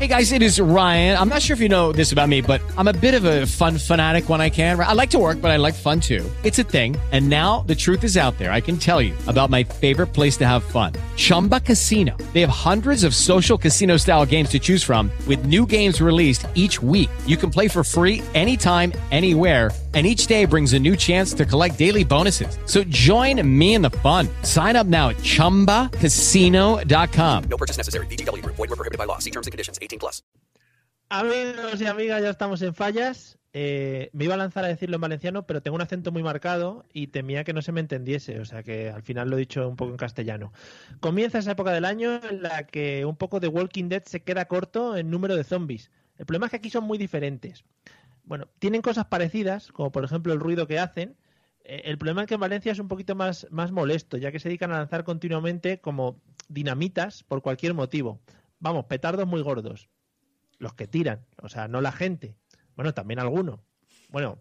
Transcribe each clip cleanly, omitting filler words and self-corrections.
Hey guys, it is Ryan. I'm not sure if you know this about me, but I'm a bit of a fun fanatic when I can. I like to work, but I like fun too. It's a thing. And now the truth is out there. I can tell you about my favorite place to have fun. Chumba Casino. They have hundreds of social casino style games to choose from with new games released each week. You can play for free anytime, anywhere. And each day brings a new chance to collect daily bonuses. So join me in the fun. Sign up now at ChumbaCasino.com. No purchase necessary. VGW Group. Void where prohibited by law. See terms and conditions. 18+. Amigos y amigas, ya estamos en fallas. Me iba a lanzar a decirlo en valenciano, pero tengo un acento muy marcado y temía que no se me entendiese. O sea que al final lo he dicho un poco en castellano. Comienza esa época del año en la que un poco de Walking Dead se queda corto en número de zombies. El problema es que aquí son muy diferentes. Bueno, tienen cosas parecidas, como por ejemplo el ruido que hacen. El problema es que en Valencia es un poquito más molesto, ya que se dedican a lanzar continuamente como dinamitas por cualquier motivo. Vamos, petardos muy gordos. Los que tiran, o sea, no la gente. Bueno, también alguno. Bueno,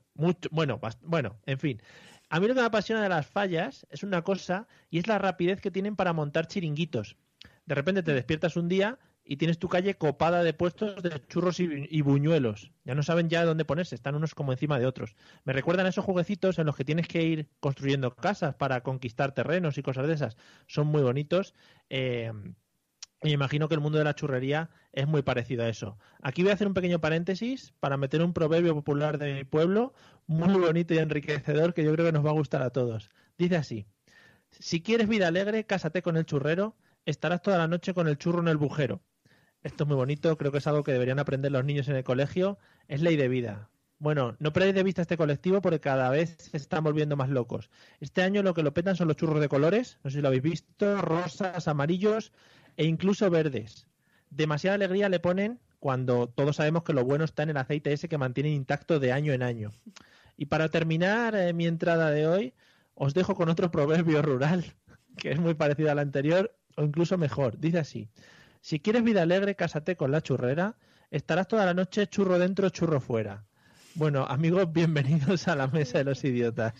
en fin. A mí lo que me apasiona de las fallas es una cosa, y es la rapidez que tienen para montar chiringuitos. De repente te despiertas un día y tienes tu calle copada de puestos de churros y buñuelos. Ya no saben ya dónde ponerse, están unos como encima de otros. Me recuerdan a esos jueguecitos en los que tienes que ir construyendo casas para conquistar terrenos y cosas de esas. Son muy bonitos. Y me imagino que el mundo de la churrería es muy parecido a eso. Aquí voy a hacer un pequeño paréntesis para meter un proverbio popular de mi pueblo, muy bonito y enriquecedor, que yo creo que nos va a gustar a todos. Dice así: si quieres vida alegre, cásate con el churrero, estarás toda la noche con el churro en el bujero. Esto es muy bonito, creo que es algo que deberían aprender los niños en el colegio. Es ley de vida. Bueno, no perdáis de vista este colectivo porque cada vez se están volviendo más locos. Este año lo que lo petan son los churros de colores, no sé si lo habéis visto, rosas, amarillos e incluso verdes. Demasiada alegría le ponen cuando todos sabemos que lo bueno está en el aceite ese que mantienen intacto de año en año. Y para terminar mi entrada de hoy, os dejo con otro proverbio rural que es muy parecido al anterior o incluso mejor. Dice así: si quieres vida alegre, cásate con la churrera, estarás toda la noche churro dentro, churro fuera. Bueno, amigos, bienvenidos a la Mesa de los Idiotas.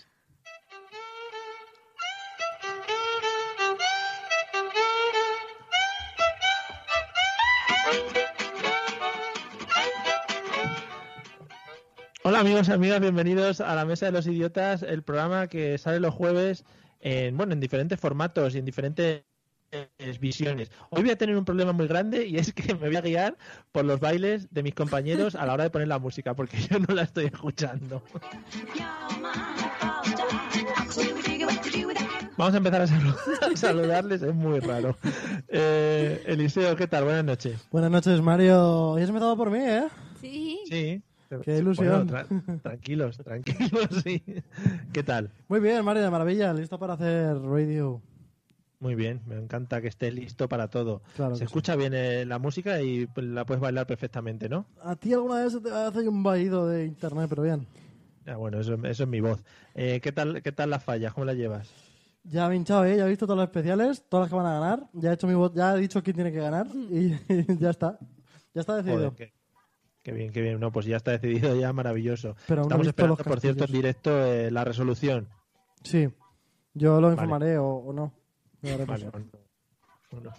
Hola amigos y amigas, bienvenidos a la Mesa de los Idiotas, el programa que sale los jueves en diferentes formatos y en diferentes visiones. Hoy voy a tener un problema muy grande y es que me voy a guiar por los bailes de mis compañeros a la hora de poner la música, porque yo no la estoy escuchando. Vamos a empezar a saludarles, es muy raro. Eliseo, ¿qué tal? Buenas noches. Buenas noches, Mario. Hoy has empezado por mí, ¿eh? Sí. Sí. Qué ilusión. Bueno, tranquilos, sí. ¿Qué tal? Muy bien, Mario, de maravilla. Listo para hacer radio. Muy bien, me encanta que estés listo para todo. Claro se escucha bien la música y la puedes bailar perfectamente, ¿no? A ti alguna vez se te hace un vaído de internet, pero bien. Bueno, eso es mi voz. ¿Qué tal las fallas? ¿Cómo las llevas? Ya he hinchado, ya he visto todos los especiales, todas las que van a ganar. Ya he hecho mi voz, ya he dicho quién tiene que ganar y ya está. Ya está decidido. Joder, qué bien. No, pues ya está decidido, ya maravilloso. Pero estamos esperando, por cierto, en directo la resolución. Sí, yo lo informaré o no. Vale, no.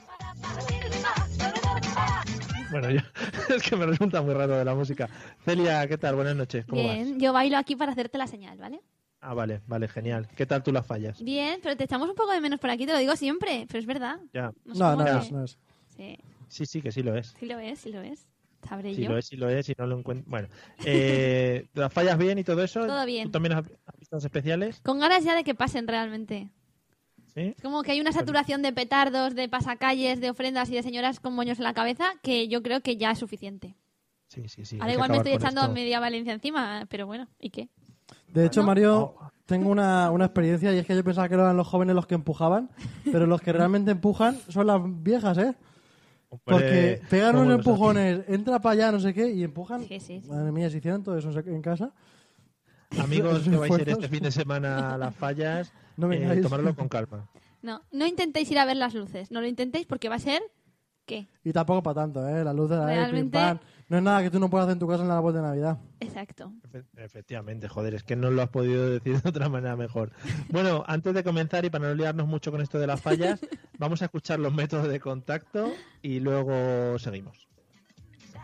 Bueno, es que me resulta muy raro de la música. Celia, ¿qué tal? Buenas noches. ¿Cómo Bien, vas? yo bailo aquí para hacerte la señal, ¿vale? Ah, vale, genial. ¿Qué tal tú las fallas? Bien, pero te echamos un poco de menos por aquí, te lo digo siempre, pero es verdad. Ya. No es. Sí. Sí, que sí lo es. Sí lo es. Sabré sí yo. Lo es y no lo encuentro. Bueno, ¿las fallas bien y todo eso? Todo bien. ¿Tú también has visto los especiales? Con ganas ya de que pasen realmente. ¿Sí? Es como que hay una saturación de petardos, de pasacalles, de ofrendas y de señoras con moños en la cabeza que yo creo que ya es suficiente. Sí. Ahora igual me estoy echando a media Valencia encima, pero bueno, ¿y qué? De hecho, Mario, tengo una experiencia y es que yo pensaba que eran los jóvenes los que empujaban, pero los que realmente empujan son las viejas, ¿eh? Porque pegan unos empujones, entra para allá, no sé qué, y empujan. Sí. Madre mía, si hicieran todo eso en casa. Amigos, que vais a ir este fin de semana a las fallas, tomarlo con calma. No intentéis ir a ver las luces, no lo intentéis porque va a ser... ¿Qué? Y tampoco para tanto, ¿eh? La luz de la realmente... No es nada que tú no puedas hacer en tu casa en el árbol de Navidad. Exacto. Efectivamente, joder, es que no lo has podido decir de otra manera mejor. Bueno, antes de comenzar y para no liarnos mucho con esto de las fallas, vamos a escuchar los métodos de contacto y luego seguimos.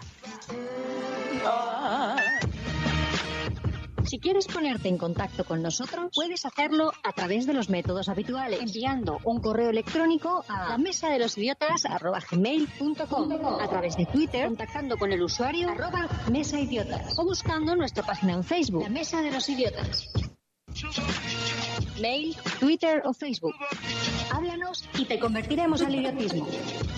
Si quieres ponerte en contacto con nosotros, puedes hacerlo a través de los métodos habituales, enviando un correo electrónico a lamesadelosidiotas@gmail.com, a través de Twitter, contactando con el usuario @mesaidiotas, o buscando nuestra página en Facebook, La Mesa de los Idiotas. Mail, Twitter o Facebook. Háblanos y te convertiremos al idiotismo.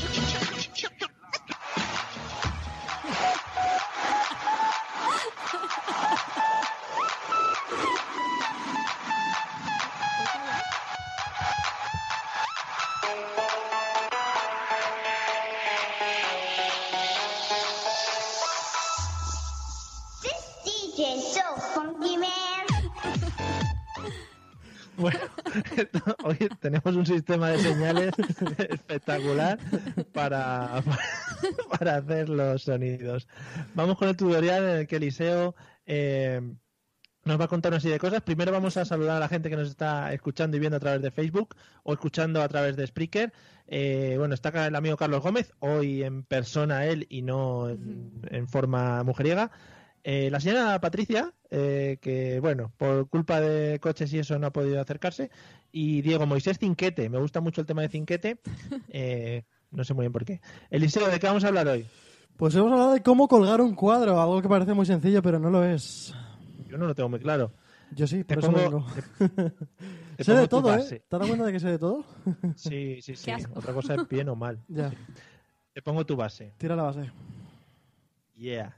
Bueno, hoy tenemos un sistema de señales espectacular para hacer los sonidos. Vamos con el tutorial en el que Eliseo nos va a contar una serie de cosas. Primero vamos a saludar a la gente que nos está escuchando y viendo a través de Facebook o escuchando a través de Spreaker. Bueno, está acá el amigo Carlos Gómez, hoy en persona él y no en forma mujeriega. La señora Patricia, que bueno, por culpa de coches y eso no ha podido acercarse, y Diego Moisés Cinquete, me gusta mucho el tema de Cinquete, no sé muy bien por qué. Eliseo, ¿de qué vamos a hablar hoy? Pues hemos hablado de cómo colgar un cuadro, algo que parece muy sencillo, pero no lo es. Yo no lo tengo muy claro. Yo sí, por eso vengo. Te Sé de pongo tu todo, ¿eh? base. ¿Te has dado cuenta de que sé de todo? Sí. Qué asco. Otra cosa es bien o mal. Ya, Te pongo tu base. tira la base. Yeah.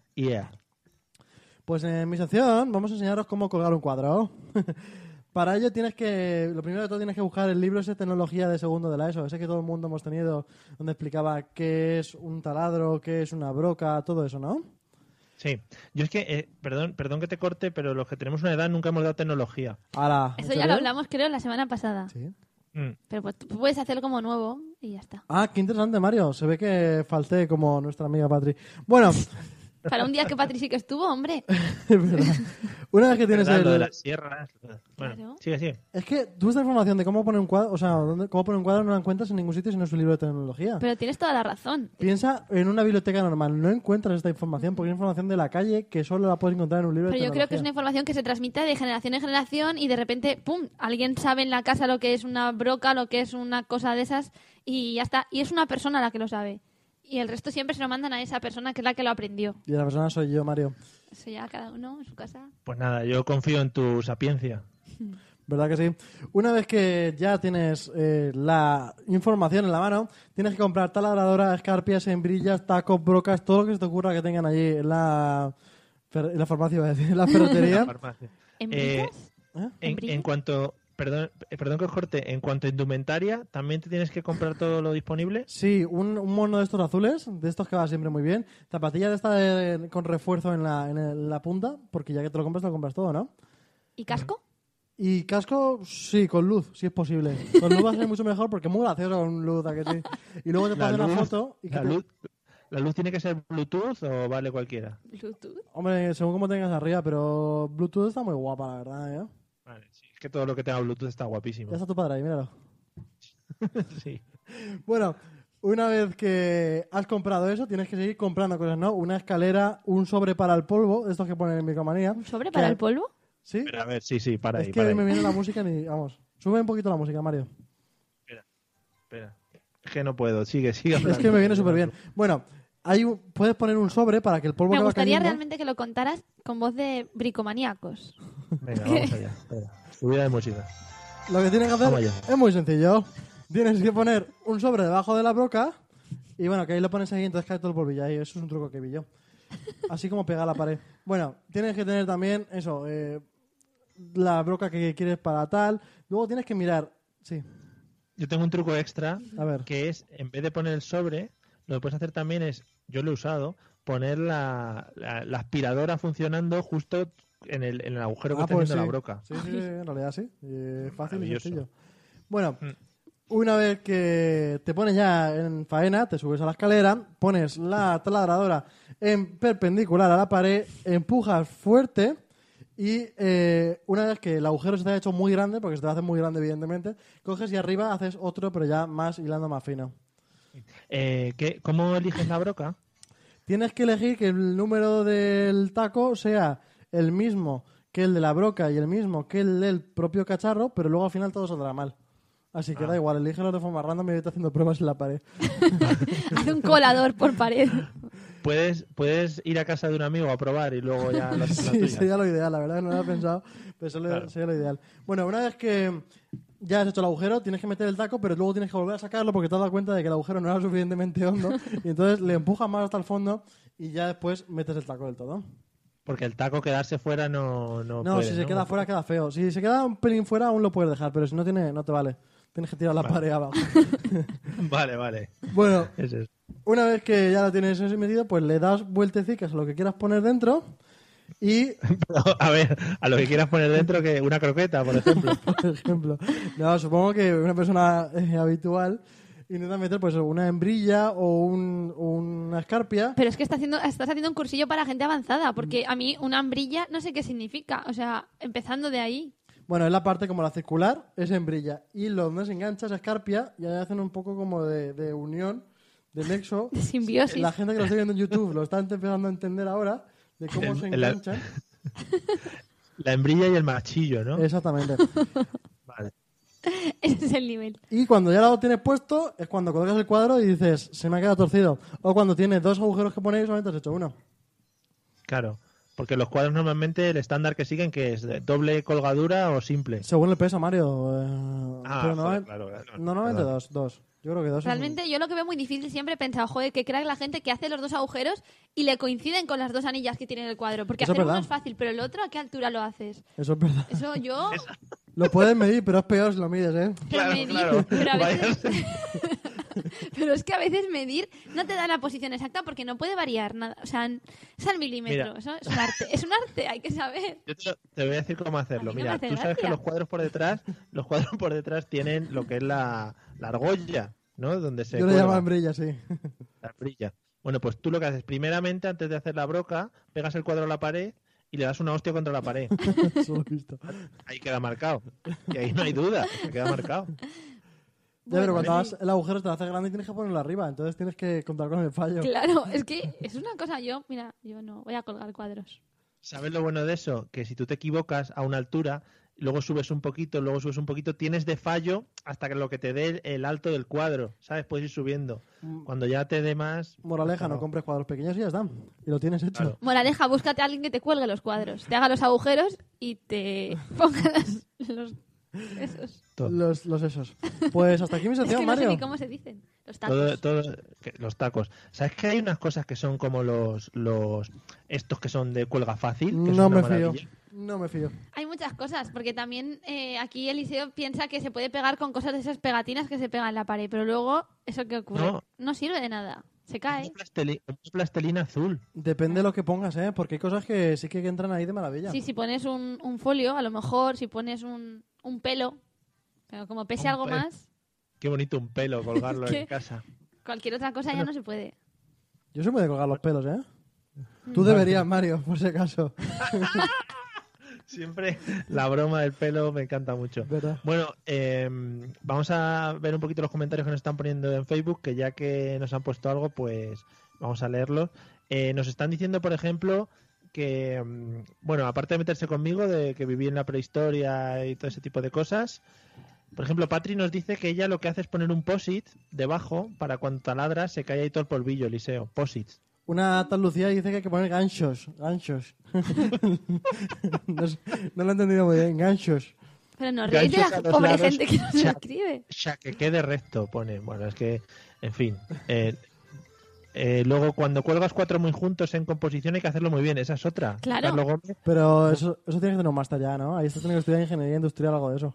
Pues en mi sección vamos a enseñaros cómo colgar un cuadro. Para ello lo primero de todo tienes que buscar el libro ese de tecnología de segundo de la ESO, ese que todo el mundo hemos tenido, donde explicaba qué es un taladro, qué es una broca, todo eso, ¿no? Sí. Yo es que, perdón que te corte, pero los que tenemos una edad nunca hemos dado tecnología. ¡Hala! Eso ya lo hablamos, creo, la semana pasada. Sí. Pero pues tú puedes hacerlo como nuevo y ya está. Ah, qué interesante, Mario. Se ve que falté como nuestra amiga Patri. Bueno, Para un día que Patri sí que estuvo, hombre. es verdad. Una vez que tienes ¿Verdad? Lo de las sierras. Bueno, Claro. sigue. Es que tú esta información de cómo poner un cuadro, o sea, cómo poner un cuadro no la encuentras en ningún sitio sino en su libro de tecnología. Pero tienes toda la razón. Piensa en una biblioteca normal, no encuentras esta información porque es información de la calle que solo la puedes encontrar en un libro de Pero yo tecnología. creo que es una información que se transmite de generación en generación y de repente, ¡pum!, alguien sabe en la casa lo que es una broca, lo que es una cosa de esas y ya está. Y es una persona la que lo sabe. Y el resto siempre se lo mandan a esa persona que es la que lo aprendió. Y la persona soy yo, Mario. Eso ya cada uno en su casa. Pues nada, yo confío en tu sapiencia. ¿Verdad que sí? Una vez que ya tienes la información en la mano, tienes que comprar taladradora, escarpias, hembrillas, tacos, brocas, todo lo que se te ocurra que tengan allí en la farmacia, iba a decir, en la ferretería. Farmacia. ¿Hembrillas? En cuanto... Perdón que os corte. En cuanto a indumentaria, ¿también te tienes que comprar todo lo disponible? Sí, un mono de estos azules, de estos que va siempre muy bien. Zapatillas de esta con refuerzo en la punta, porque ya que te lo compras todo, ¿no? ¿Y casco? Y casco, sí, con luz, si es posible. Con luz va a ser mucho mejor porque es muy gracioso con luz, ¿a que sí? Y luego te La pones una luz- foto y que ¿La luz tiene que ser Bluetooth o vale cualquiera? Bluetooth. Hombre, según como tengas arriba, pero Bluetooth está muy guapa, la verdad, ¿eh? Vale, sí. Es que todo lo que tenga Bluetooth está guapísimo. Ya está tu padre ahí, míralo. Sí. Bueno, una vez que has comprado eso, tienes que seguir comprando cosas, ¿no? Una escalera, un sobre para el polvo, estos que ponen en Micromanía. ¿Un sobre para el polvo? ¿Sí? Pero a ver, sí, para Es ahí, que para ahí. me viene la música ni... Vamos, sube un poquito la música, Mario. Espera. Es que no puedo. Sigue Es hablando. que me viene súper bien. Bueno, puedes poner un sobre para que el polvo Me que va gustaría cayendo... realmente que lo contaras con voz de bricomaníacos. Venga, vamos allá. Espera. Subida de música. Lo que tienes que hacer Vamos allá. es muy sencillo. Tienes que poner un sobre debajo de la broca y bueno, que ahí lo pones ahí, entonces cae todo el polvillo ahí. Eso es un truco que vi yo. Así como pegar a la pared. Bueno, tienes que tener también eso, la broca que quieres para tal. Luego tienes que mirar... Sí, Yo tengo un truco extra a ver. que es, en vez de poner el sobre, lo que puedes hacer también es, yo lo he usado, poner la aspiradora funcionando justo en el agujero que está pues haciendo sí. la broca. Sí, en realidad sí. Fácil y Maravilloso. sencillo. Bueno, una vez que te pones ya en faena, te subes a la escalera, pones la taladradora en perpendicular a la pared, empujas fuerte y una vez que el agujero se te ha hecho muy grande, porque se te va a hacer muy grande evidentemente, coges y arriba haces otro, pero ya más hilando más fino. ¿Cómo eliges la broca? tienes que elegir que el número del taco sea el mismo que el de la broca y el mismo que el del propio cacharro, pero luego al final todo saldrá mal. Así que da igual, elígelo de forma random y vete haciendo pruebas en la pared. Hace un colador por pared. Puedes ir a casa de un amigo a probar y luego ya lo haces la Sí, tuya. sería lo ideal, la verdad que no lo había pensado, pero Claro. sería lo ideal. Bueno, una vez que ya has hecho el agujero, tienes que meter el taco, pero luego tienes que volver a sacarlo porque te has dado cuenta de que el agujero no era suficientemente hondo y entonces le empujas más hasta el fondo y ya después metes el taco del todo. Porque el taco quedarse fuera no No, puede, si se queda fuera queda feo. Si se queda un pelín fuera aún lo puedes dejar, pero si no no te vale. Tienes que tirar la pared abajo. Vale. Bueno, Es eso. una vez que ya lo tienes eso metido, pues le das vueltecicas a lo que quieras poner dentro y, Pero, a ver, a lo que quieras poner dentro, que una croqueta, por ejemplo. por ejemplo, no, supongo que una persona habitual intenta meter pues una hembrilla o una escarpia. Pero es que estás haciendo un cursillo para gente avanzada, porque a mí una hambrilla no sé qué significa. O sea, empezando de ahí. Bueno, es la parte como la circular, es hembrilla. Y donde se engancha es escarpia y ahí hacen un poco como de unión, de nexo. De simbiosis. La gente que lo está viendo en YouTube lo está empezando a entender ahora de cómo se enganchan. La hembrilla y el machillo, ¿no? Exactamente. Vale. Ese es el nivel. Y cuando ya lo tienes puesto, es cuando colocas el cuadro y dices, se me ha quedado torcido. O cuando tienes dos agujeros que poner y solamente has hecho uno. Claro. Porque los cuadros normalmente el estándar que siguen que es de doble colgadura o simple. Según el peso, Mario. Pero joder, claro. normalmente Perdón. dos. Yo creo que dos. Realmente yo lo que veo muy difícil siempre he pensado, joder, que crack la gente que hace los dos agujeros y le coinciden con las dos anillas que tiene en el cuadro. Porque Eso es hacer uno verdad. es fácil, pero el otro, ¿a qué altura lo haces? Eso es verdad. Eso yo... Lo puedes medir, pero es peor si lo mides, ¿eh? Pero Claro, medir, claro. pero a veces... Vaya- Pero es que a veces medir no te da la posición exacta porque no puede variar nada. O sea, es al milímetro. Mira. Eso es un arte. Es un arte, hay que saber. Yo te voy a decir cómo hacerlo. A mí no me Mira, hace tú sabes que gracia. los cuadros por detrás tienen lo que es la argolla, ¿no? Donde se Yo le llamo cuelga, hembrilla, sí. la brilla. Bueno, pues tú lo que haces, primeramente, antes de hacer la broca, pegas el cuadro a la pared y le das una hostia contra la pared. Eso lo he visto. Ahí queda marcado. Y ahí no hay duda, se queda marcado. Ya, pero cuando Bueno, hagas el agujero te lo haces grande y tienes que ponerlo arriba. Entonces tienes que contar con el fallo. Claro, es que es una cosa. Yo no voy a colgar cuadros. ¿Sabes lo bueno de eso? Que si tú te equivocas a una altura, luego subes un poquito, tienes de fallo hasta que lo que te dé el alto del cuadro, ¿sabes? Puedes ir subiendo. Cuando ya te dé más... Moraleja, no compres cuadros pequeños y ya está. Y lo tienes hecho. Claro. Moraleja, búscate a alguien que te cuelgue los cuadros, te haga los agujeros y te ponga los esos. Los esos. Pues hasta aquí mi Es que sección, no sé Mario. ni cómo se dicen. Los tacos. Los tacos. ¿Sabes que hay unas cosas que son como los estos que son de cuelga fácil? Que es No una me fío. maravilla? No me fío. Hay muchas cosas, porque también aquí Eliseo piensa que se puede pegar con cosas de esas pegatinas que se pegan en la pared, pero luego, ¿eso qué ocurre? No. No sirve de nada. Se cae. Plastelina azul. Depende de lo que pongas, ¿eh? Porque hay cosas que sí que entran ahí de maravilla. Sí, si pones un folio, a lo mejor, si pones un pelo, pero como pese Un algo pelo. más, Qué bonito un pelo colgarlo ¿Qué? en casa. cualquier otra cosa ya no se puede. Yo soy muy de colgar los pelos, ¿eh? Tú deberías, Mario, por si acaso. Siempre la broma del pelo me encanta mucho. ¿Verdad? Bueno, vamos a ver un poquito los comentarios que nos están poniendo en Facebook, que ya que nos han puesto algo, pues vamos a leerlos. Nos están diciendo, por ejemplo, que, bueno, aparte de meterse conmigo, de que viví en la prehistoria y todo ese tipo de cosas, por ejemplo, Patri nos dice que ella lo que hace es poner un POSIT debajo para cuando taladras se cae ahí todo el polvillo, Eliseo. POSITs. Una tal Lucía dice que hay que poner ganchos. Ganchos. No lo he entendido muy bien. Ganchos. Pero no reís de la Ganchos a los pobre lados. gente que no se lo Cha- escribe. Que quede recto, pone. Bueno, es que, en fin. Luego, cuando cuelgas cuatro muy juntos en composición hay que hacerlo muy bien. Esa es otra. Claro. Carlos Gómez. Pero eso tienes que tener un máster ya, ¿no? Ahí estás teniendo que estudiar ingeniería industrial o algo de eso.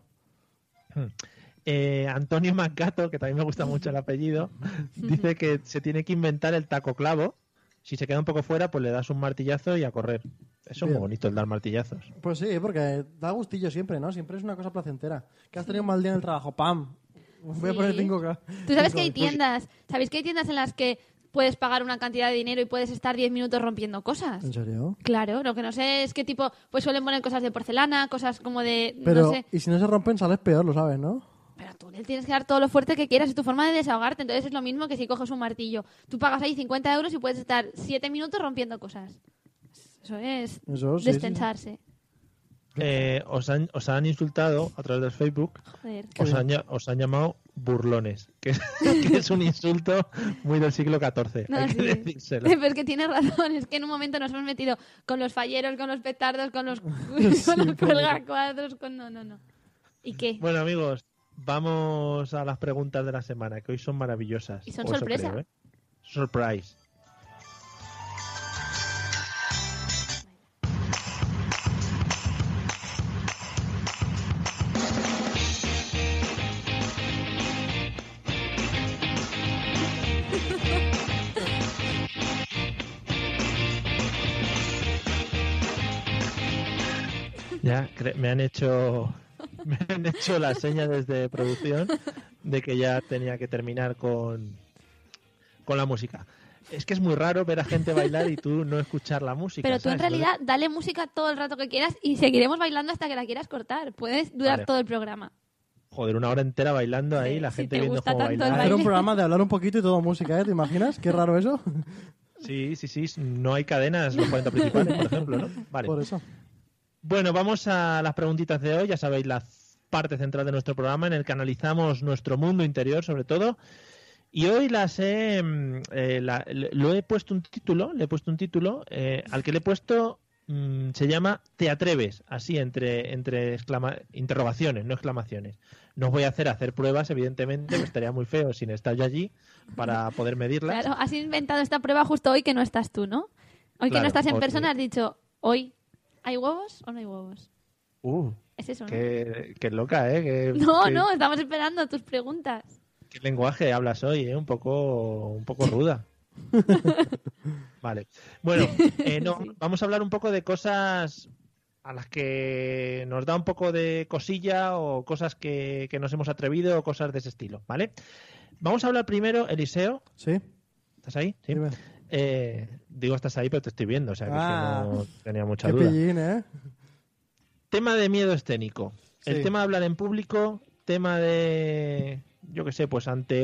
Antonio Mangato, que también me gusta mucho el apellido, dice que se tiene que inventar el taco clavo. Si se queda un poco fuera, pues le das un martillazo y a correr. Eso es Bien. muy bonito, el dar martillazos. Pues sí, porque da gustillo siempre, ¿no? Siempre es una cosa placentera. Que has tenido un mal día en el trabajo, ¡pam! Voy a Sí. poner 5K. Tú sabes que hay tiendas, ¿sabéis que hay tiendas en las que puedes pagar una cantidad de dinero y puedes estar 10 minutos rompiendo cosas? ¿En serio? Claro, lo que no sé es qué tipo, pues suelen poner cosas de porcelana, cosas como de, Pero, no sé, y si no se rompen, sales peor, lo sabes, ¿no? pero tú le tienes que dar todo lo fuerte que quieras, es tu forma de desahogarte. Entonces es lo mismo que si coges un martillo. Tú pagas ahí 50 euros y puedes estar 7 minutos rompiendo cosas. Eso es Eso, sí, destensarse. Os han insultado a través del Facebook. Joder. Os han llamado burlones, que es un insulto muy del siglo XIV. No, hay que sí. decírselo. Pero es que tienes razón, es que en un momento nos hemos metido con los falleros, con los petardos, con los, colgacuadros, con... No. ¿Y qué? Bueno, amigos, vamos a las preguntas de la semana, que hoy son maravillosas. Y son O eso sorpresa. creo, ¿eh? Surprise. Ya, me han hecho la seña desde producción de que ya tenía que terminar con la música. Es que es muy raro ver a gente bailar y tú no escuchar la música. Pero tú en ¿sabes? realidad dale música todo el rato que quieras y seguiremos bailando hasta que la quieras cortar. Puedes durar Vale. todo el programa. Joder, una hora entera bailando ahí, Sí, la si gente te viendo gusta cómo tanto el bailar. Hacer un baile. programa de hablar un poquito y todo música, ¿eh? ¿Te imaginas? Qué raro eso. Sí, no hay cadenas los 40 principales, por ejemplo, ¿no? Vale. Por eso. Bueno, vamos a las preguntitas de hoy. Ya sabéis, la parte central de nuestro programa en el que analizamos nuestro mundo interior, sobre todo. Y hoy le he puesto un título, al que le he puesto, se llama ¿Te atreves? Así, entre interrogaciones, no exclamaciones. No os voy a hacer pruebas, evidentemente, que estaría muy feo sin estar yo allí para poder medirlas. Claro, has inventado esta prueba justo hoy que no estás tú, ¿no? Hoy que Claro, no estás en hoy. persona has dicho, hoy, ¿hay huevos o no hay huevos? Es eso, ¿no? Qué loca, ¿eh? No, estamos esperando tus preguntas. ¿Qué lenguaje hablas hoy, eh? Un poco ruda. Vale. Bueno, vamos a hablar un poco de cosas a las que nos da un poco de cosilla o cosas que nos hemos atrevido o cosas de ese estilo, ¿vale? Vamos a hablar primero, Eliseo. ¿Sí? ¿Estás ahí? Sí. Dime. Digo, estás ahí, pero te estoy viendo, o sea que si no tenía mucha Qué duda. pillín, ¿eh? Tema de miedo escénico. El Sí. tema de hablar en público, tema de, yo qué sé, pues ante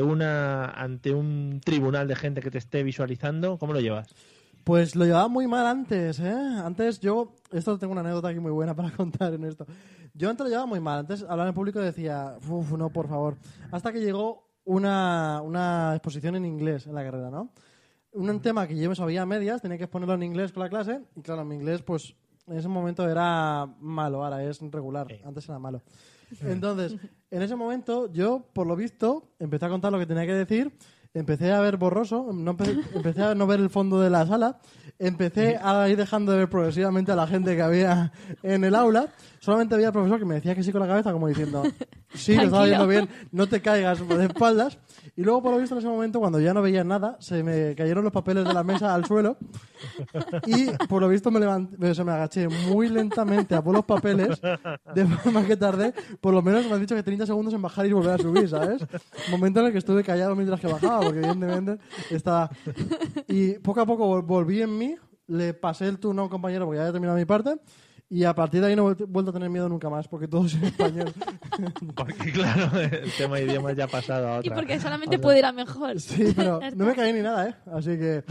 un tribunal de gente que te esté visualizando, ¿cómo lo llevas? Pues lo llevaba muy mal antes, ¿eh? Antes esto tengo una anécdota aquí muy buena para contar en esto. Yo antes lo llevaba muy mal. Antes hablar en público decía, no, por favor. Hasta que llegó una exposición en inglés en la carrera, ¿no? Un tema que yo me sabía a medias, tenía que exponerlo en inglés con la clase. Y claro, mi inglés, pues, en ese momento era malo, ahora es regular. Sí. Antes era malo. Entonces, en ese momento, yo, por lo visto, empecé a contar lo que tenía que decir. Empecé a ver borroso, empecé a no ver el fondo de la sala, empecé a ir dejando de ver progresivamente a la gente que había en el aula. Solamente había el profesor que me decía que sí con la cabeza, como diciendo, sí, lo estaba viendo bien, no te caigas de espaldas. Y luego, por lo visto, en ese momento, cuando ya no veía nada, se me cayeron los papeles de la mesa al suelo y, por lo visto, me agaché muy lentamente a por los papeles, de forma que tardé, por lo menos me han dicho que 30 segundos en bajar y volver a subir, ¿sabes? Momento en el que estuve callado mientras que bajaba, porque evidentemente estaba... Y poco a poco volví en mí, le pasé el turno a un compañero porque ya había terminado mi parte, y a partir de ahí no he vuelto a tener miedo nunca más, porque todo es en español. Porque claro, el tema de idiomas ya ha pasado a Y otra. porque solamente puede ir a mejor. Sí, pero no me caí ni nada, ¿eh? Así que...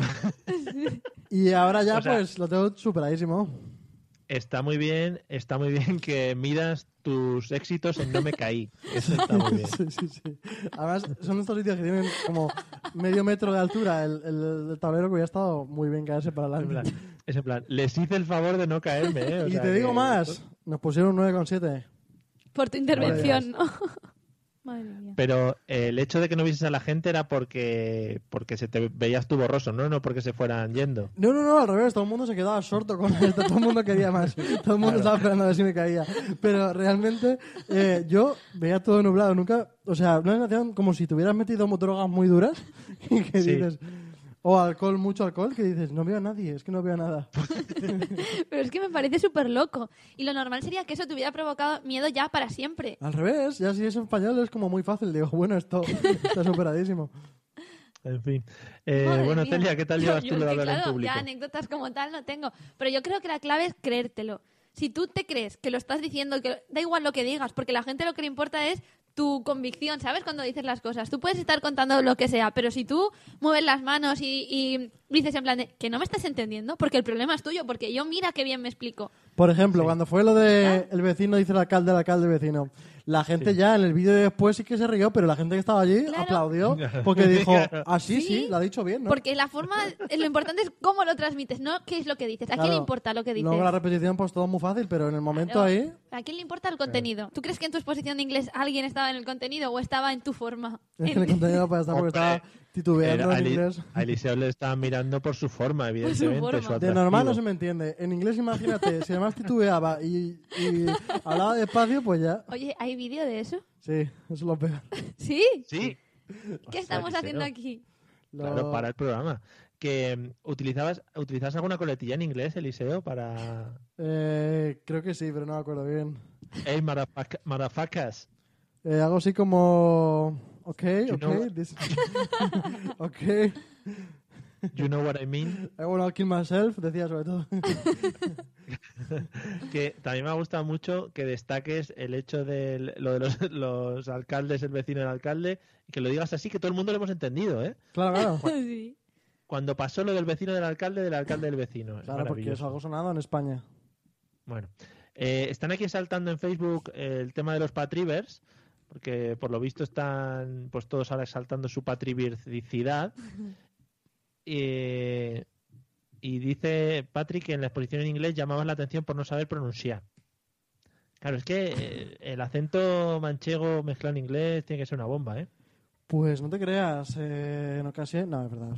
Y ahora ya, O sea, pues, lo tengo superadísimo. Está muy bien que midas tus éxitos en No me caí. Eso está muy bien. Sí. Además, son estos sitios que tienen como medio metro de altura el tablero, que hubiera estado muy bien caerse para adelante. Es en plan, les hice el favor de no caerme, ¿eh? O Y sea te digo que- más, nos pusieron 9,7. Por tu intervención, ¿no? Madre mía. Pero el hecho de que no vieses a la gente era porque se te veías tú borroso, ¿no? No porque se fueran yendo. No, al revés, todo el mundo se quedaba absorto con esto, todo el mundo quería más, todo el mundo estaba esperando a ver si me caía. Pero realmente yo veía todo nublado, nunca, o sea, una sensación como si te hubieras metido drogas muy duras y que Sí. dices, o alcohol, mucho alcohol, que dices, no veo a nadie, es que no veo nada. Pero es que me parece súper loco. Y lo normal sería que eso te hubiera provocado miedo ya para siempre. Al revés, ya si es español es como muy fácil, digo, bueno, esto está superadísimo. En fin. Madre Bueno, mía. Celia, ¿qué tal llevas Yo tú lo de es que, hablar en claro, público? ya anécdotas como tal no tengo. Pero yo creo que la clave es creértelo. Si tú te crees que lo estás diciendo, que da igual lo que digas, porque la gente lo que le importa es tu convicción, ¿sabes? Cuando dices las cosas. Tú puedes estar contando lo que sea, pero si tú mueves las manos y dices en plan de que no me estás entendiendo, porque el problema es tuyo, porque yo mira qué bien me explico. Por ejemplo, cuando fue lo de el vecino dice el alcalde el vecino, la gente ya en el vídeo de después sí que se rió, pero la gente que estaba allí Claro. aplaudió porque dijo, sí, lo ha dicho bien, ¿no? Porque la forma, lo importante es cómo lo transmites, no qué es lo que dices. ¿A quién le importa lo que dices? Luego la repetición, pues todo muy fácil, pero en el momento Claro. ahí... ¿A quién le importa el contenido? ¿Tú crees que en tu exposición de inglés alguien estaba en el contenido o estaba en tu forma? En el contenido para estar porque estaba titubeando en inglés. A Eliseo le estaban mirando por su forma, evidentemente. forma. su De atractivo. normal no se me entiende. En inglés, imagínate, si además titubeaba y hablaba despacio, pues ya. Oye, ¿hay vídeo de eso? Sí, eso lo pega. ¿Sí? Sí. ¿Qué estamos haciendo aquí? Claro, para el programa. Que ¿utilizabas alguna coletilla en inglés, Eliseo, para... Creo que sí, pero no me acuerdo bien. Hey, motherfuckers. Algo así como... Ok. Ok. You know what I mean. I wanna kill myself, decía sobre todo. Que también me ha gustado mucho que destaques el hecho de lo de los alcaldes, el vecino del alcalde, y que lo digas así, que todo el mundo lo hemos entendido, ¿eh? Claro. Sí. Cuando pasó lo del vecino del alcalde del vecino. Es Claro, porque maravilloso. es algo sonado en España. Bueno, están aquí saltando en Facebook el tema de los patrivers, porque por lo visto están pues todos ahora exaltando su patrivircicidad. Y dice Patrick que en la exposición en inglés llamabas la atención por no saber pronunciar. Claro, es que el acento manchego mezclado en inglés tiene que ser una bomba, ¿eh? Pues no te creas, en ocasión... No, es verdad.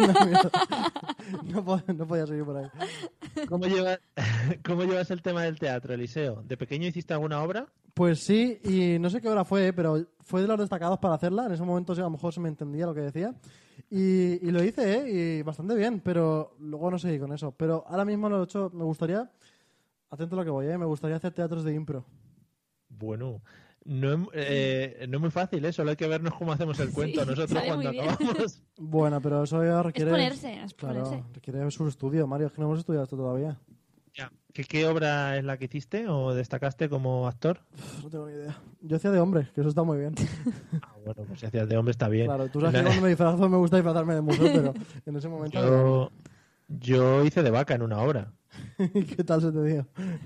no podía seguir por ahí. ¿Cómo llevas el tema del teatro, Eliseo? ¿De pequeño hiciste alguna obra? Pues sí, y no sé qué hora fue, pero fue de los destacados para hacerla. En ese momento sí, a lo mejor se me entendía lo que decía. Y lo hice, y bastante bien, pero luego no seguí con eso. Pero ahora mismo lo he hecho, me gustaría, atento a lo que voy, me gustaría hacer teatros de impro. Bueno, no es muy fácil, ¿eh? Solo hay que vernos cómo hacemos el cuento nosotros sale cuando muy bien. acabamos. Bueno, pero eso ya requiere... Es ponerse. Claro, requiere su estudio, Mario, es que no hemos estudiado esto todavía. Ya. ¿Qué obra es la que hiciste o destacaste como actor? No tengo ni idea. Yo hacía de hombre, que eso está muy bien. Ah, bueno, pues si hacías de hombre está bien. Claro, tú sabes que cuando me disfrazo me gusta disfrazarme de mujer, pero en ese momento... Yo hice de vaca en una obra. ¿Qué tal se te dio?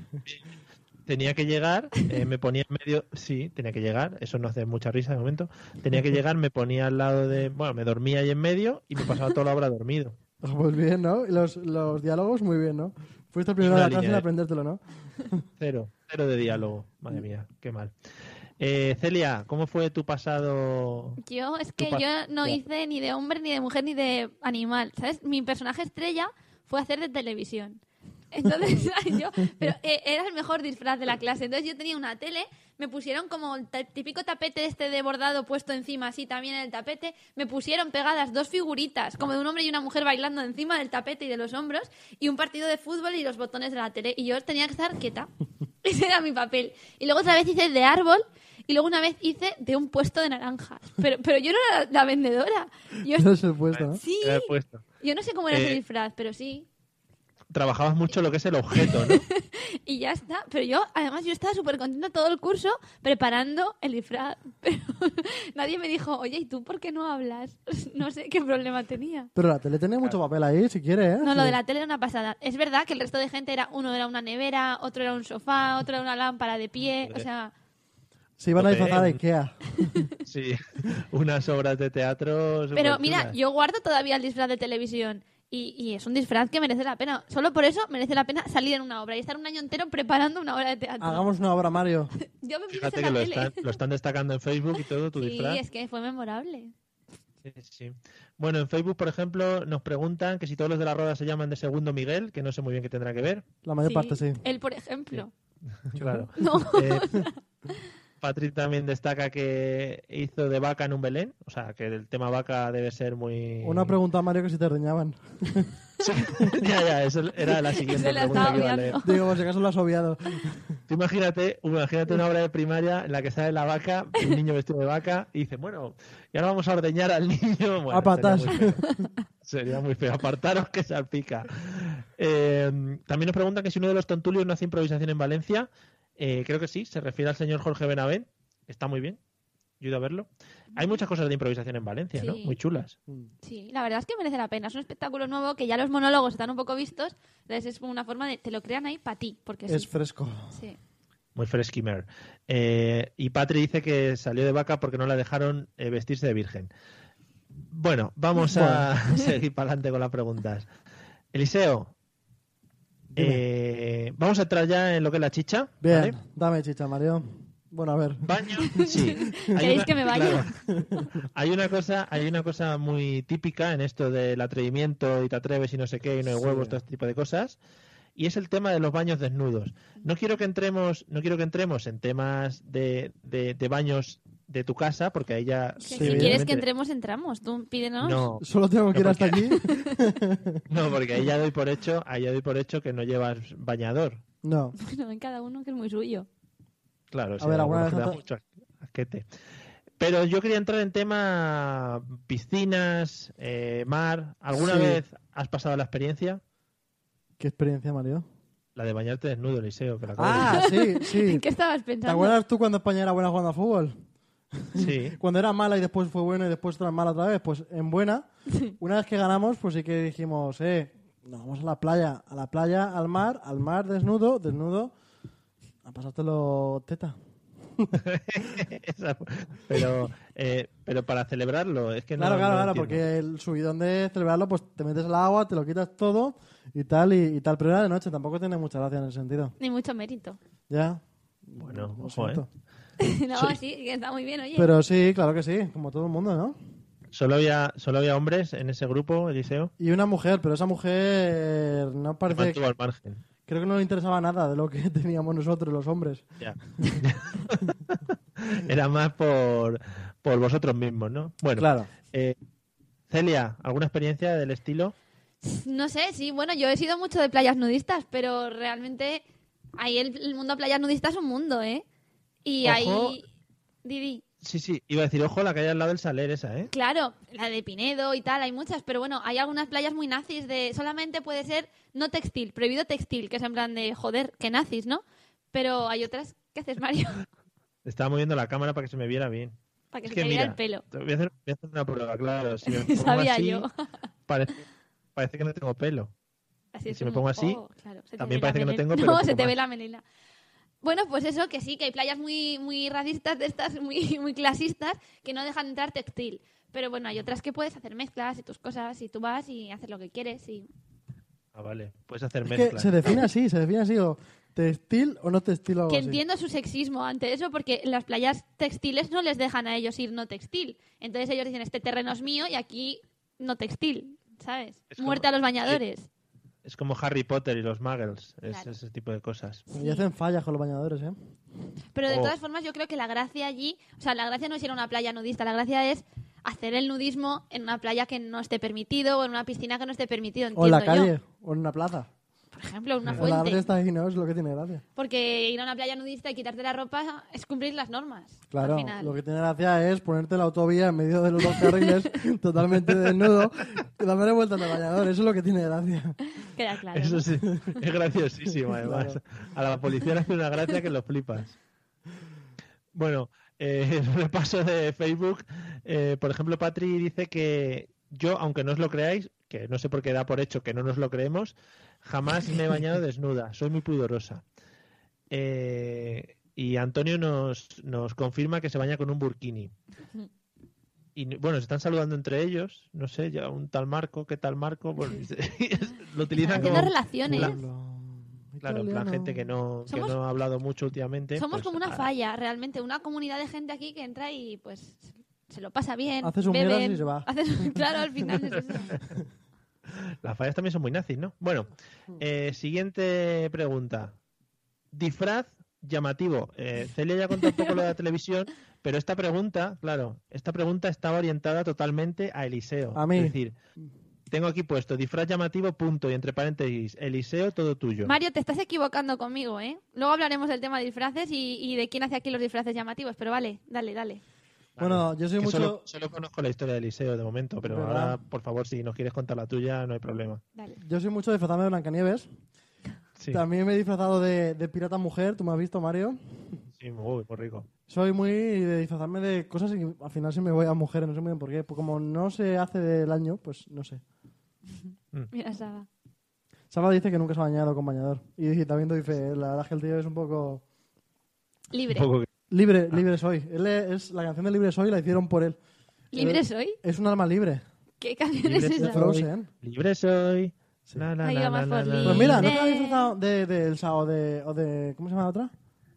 Tenía que llegar, me ponía en medio... Sí, tenía que llegar, eso no hace mucha risa de momento. Tenía que llegar, me ponía al lado de... Bueno, me dormía ahí en medio y me pasaba toda la obra dormido. Pues bien, ¿no? Y los diálogos muy bien, ¿no? Fuiste el primero de la clase en aprendértelo, ¿no? Cero de diálogo. Madre mía, qué mal. Celia, ¿cómo fue tu pasado? Yo no hice ni de hombre, ni de mujer, ni de animal, ¿sabes? Mi personaje estrella fue hacer de televisión. Entonces, pero era el mejor disfraz de la clase. Entonces yo tenía una tele, me pusieron como el típico tapete este de bordado puesto encima, así también en el tapete. Me pusieron pegadas 2 figuritas, como de un hombre y una mujer bailando encima del tapete y de los hombros, y un partido de fútbol y los botones de la tele. Y yo tenía que estar quieta. Ese era mi papel. Y luego otra vez hice de árbol, y luego una vez hice de un puesto de naranjas. Pero yo no era la vendedora. Yo, Ese es el puesto, ¿no? sí. Era el puesto. Yo no sé cómo era ese disfraz, pero sí. Trabajabas mucho lo que es el objeto, ¿no? Y ya está. Pero además yo estaba súper contenta todo el curso preparando el disfraz. Pero nadie me dijo, oye, ¿y tú por qué no hablas? No sé qué problema tenía. Pero la tele tenía mucho papel ahí, si quieres, ¿eh? No, Sí. lo de la tele era una pasada. Es verdad que el resto de gente uno era una nevera, otro era un sofá, otro era una lámpara de pie, o sea... Se iban a Joder. disfrazar a Ikea. Sí, unas obras de teatro. Pero mira, superchulas. yo guardo todavía el disfraz de televisión y es un disfraz que merece la pena. Solo por eso merece la pena salir en una obra y estar un año entero preparando una obra de teatro. Hagamos una obra, Mario. Yo me pienso Fíjate en que la lo tele. están destacando en Facebook y todo, tu Sí, disfraz. es que fue memorable. Sí, sí. Bueno, en Facebook, por ejemplo, nos preguntan que si todos los de la Roda se llaman de Segundo Miguel, que no sé muy bien qué tendrá que ver. La mayor parte sí. Él, por ejemplo. Claro. No. Patrick también destaca que hizo de vaca en un Belén, o sea, que el tema vaca debe ser muy... Una pregunta a Mario que si te ordeñaban. ya, eso era la siguiente Se la pregunta estaba que iba a leer. obviando. Digo, por si acaso lo has obviado. Tú imagínate una obra de primaria en la que sale la vaca, un niño vestido de vaca, y dice, bueno, y ahora vamos a ordeñar al niño. Bueno, A patas. Sería muy feo. Apartaros que salpica. También nos preguntan que si uno de los tontulios no hace improvisación en Valencia. Creo que sí, se refiere al señor Jorge Benavent. Está muy bien. Yo he ido a verlo. Hay muchas cosas de improvisación en Valencia, ¿no? Sí. Muy chulas. Sí, la verdad es que merece la pena. Es un espectáculo nuevo que ya los monólogos están un poco vistos. Entonces es como una forma de... Te lo crean ahí para ti. Porque Es sí. fresco. Sí. Muy fresquimer. Y Patri dice que salió de vaca porque no la dejaron vestirse de virgen. Bueno, vamos a seguir para adelante con las preguntas. Eliseo, vamos a entrar ya en lo que es la chicha. Bien, ¿vale? dame chicha, Mario. Bueno, a ver. Baño, sí. ¿Queréis que me vaya? Claro. Hay una cosa muy típica en esto del atrevimiento y te atreves y no sé qué y no hay huevos, todo este tipo de cosas. Y es el tema de los baños desnudos. No quiero que entremos en temas de baños de tu casa, porque ahí ya... Que Sí, si quieres evidentemente- que entremos, entramos. Tú pídenos. No, Solo tengo que ir No, hasta aquí. no, porque ahí ya doy por hecho que no llevas bañador. No. Bueno, en cada uno que es muy suyo. Claro, o A sea, ver, alguna algunos vez que da mucho asquete. Pero yo quería entrar en tema piscinas, mar. ¿Alguna Sí. vez has pasado la experiencia? ¿Qué experiencia, Mario? La de bañarte desnudo, Eliseo, que la acabo de Ah, sí, sí. ¿En qué estabas ¿Te pensando? acuerdas tú cuando España era buena jugando a fútbol? decir. Sí. Cuando era mala y después fue buena y después otra mala otra vez, pues en buena, una vez que ganamos, pues sí que dijimos, nos vamos a la playa, al mar, desnudo, a pasártelo teta. pero para celebrarlo, es que no. Claro, no entiendo. porque el subidón de celebrarlo, pues te metes al agua, te lo quitas todo y tal, pero era de noche, tampoco tiene mucha gracia en ese sentido. Ni mucho mérito. Ya. Bueno, Lo ojo, siento. No, sí, que está muy bien, oye. Pero sí, claro que sí, como todo el mundo, ¿no? Solo había hombres en ese grupo, Eliseo. Y una mujer, pero esa mujer no Se parece... mantuvo al margen. Creo que no le interesaba nada de lo que teníamos nosotros, los hombres. Ya. Era más por vosotros mismos, ¿no? Bueno, Claro. Celia, ¿alguna experiencia del estilo? No sé, sí, bueno, yo he sido mucho de playas nudistas, pero realmente ahí el mundo playas nudistas es un mundo, ¿eh? Y Ojo. ahí... Didi. Sí, iba a decir, ojo, la que hay al lado del Saler esa, ¿eh? Claro, la de Pinedo y tal, hay muchas, pero bueno, hay algunas playas muy nazis de solamente puede ser no textil, prohibido textil, que es en plan de joder, que nazis, ¿no? Pero hay otras, ¿qué haces, Mario? Estaba moviendo la cámara para que se me viera bien. Para que Es se que te viera mira, el pelo. voy a hacer una prueba, claro. Si me pongo Sabía así, yo. parece que no tengo pelo. Así Y es si me como, pongo así, claro, se te también ve la parece que no melena. tengo, pero No, un se poco te ve más. la melena. Bueno, pues eso, que sí, que hay playas muy, muy racistas de estas, muy, muy clasistas, que no dejan entrar textil. Pero bueno, hay otras que puedes hacer mezclas y tus cosas, y tú vas y haces lo que quieres. Y... Ah, vale. Puedes hacer Es mezclas. que se define así, o textil o no textil o algo Que así. entiendo su sexismo ante eso, porque las playas textiles no les dejan a ellos ir no textil. Entonces ellos dicen, este terreno es mío y aquí no textil, ¿sabes? Es como- Muerte a los bañadores. Es como Harry Potter y los Muggles. Es Claro. ese tipo de cosas. Y hacen fallas con los bañadores, ¿eh? Pero de Oh. todas formas yo creo que la gracia allí, o sea, la gracia no es ir a una playa nudista, la gracia es hacer el nudismo en una playa que no esté permitido o en una piscina que no esté permitido, O en la entiendo yo. calle, o en una plaza. Por ejemplo, en una La gracia fuente. está ahí, ¿no? Es lo que tiene gracia. Porque ir a una playa nudista y quitarte la ropa es cumplir las normas. Claro, al final. lo que tiene gracia es ponerte en la autovía en medio de los dos carriles, totalmente desnudo, y darle vuelta en el bañador. Eso es lo que tiene gracia. Queda claro. Eso ¿no? sí, es graciosísimo además. A la policía le hace una gracia que lo flipas. Bueno, el repaso de Facebook. Por ejemplo, Patri dice que yo, aunque no os lo creáis, que no sé por qué da por hecho que no nos lo creemos, jamás me he bañado desnuda. Soy muy pudorosa. Y Antonio nos confirma que se baña con un burkini. Y bueno, se están saludando entre ellos. No sé, ya un tal Marco, ¿qué tal Marco? Bueno, lo utilizan Haciendo como... relaciones. Claro, en plan gente que no ha hablado mucho últimamente. Somos pues, como una falla, realmente, una comunidad de gente aquí que entra y pues se lo pasa bien. Hace sus beben, mierdas y se va. Claro, al final es eso. Las fallas también son muy nazis, ¿no? Bueno, siguiente pregunta. Disfraz llamativo. Celia ya contó un poco lo de la televisión, pero esta pregunta estaba orientada totalmente a Eliseo. A mí. Es decir, tengo aquí puesto disfraz llamativo, punto, y entre paréntesis, Eliseo, todo tuyo. Mario, te estás equivocando conmigo, ¿eh? Luego hablaremos del tema de disfraces y de quién hace aquí los disfraces llamativos, pero vale, dale. Bueno, yo soy Que mucho... solo conozco la historia de Eliseo de momento, pero ¿Verdad? ahora, por favor, si nos quieres contar la tuya, no hay problema. Dale. Yo soy mucho disfrazarme de Blancanieves. Sí, También me he disfrazado de pirata mujer. ¿Tú me has visto, Mario? sí, muy rico. Soy muy de disfrazarme de cosas y al final sí me voy a mujeres, no sé muy bien por qué. Pues como no se hace del año, pues no sé. Mira, Saba. Saba dice que nunca se ha bañado con bañador. Y también doy fe, la verdad es que el tío es un poco... Libre. Un poco que- Libre soy. La canción de Libre soy la hicieron por él. ¿Libre soy? Es un alma libre. ¿Qué canción es Libre esa? De Frozen. Libre soy. Sí. La, la, Ahí la, vamos la, por la, la. libre. Pues mira, ¿no te Libre. habéis disfrazado de Elsa o de... ¿Cómo se llama la otra?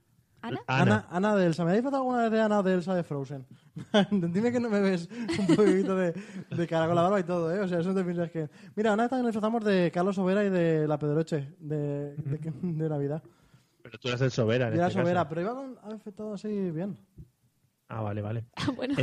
¿Ana? Ana de Elsa. ¿Me habéis disfrazado alguna vez de Ana o de Elsa de Frozen? Dime que no me ves un poquito de cara con la barba y todo, ¿eh? O sea, eso no te piensas que... Mira, una vez también nos disfrazamos de Carlos Sobera y de La Pedroche de Navidad. Pero tú eres el Sobera en Y era este Sobera, caso. pero iba con afectado así bien. Ah, vale. Bueno,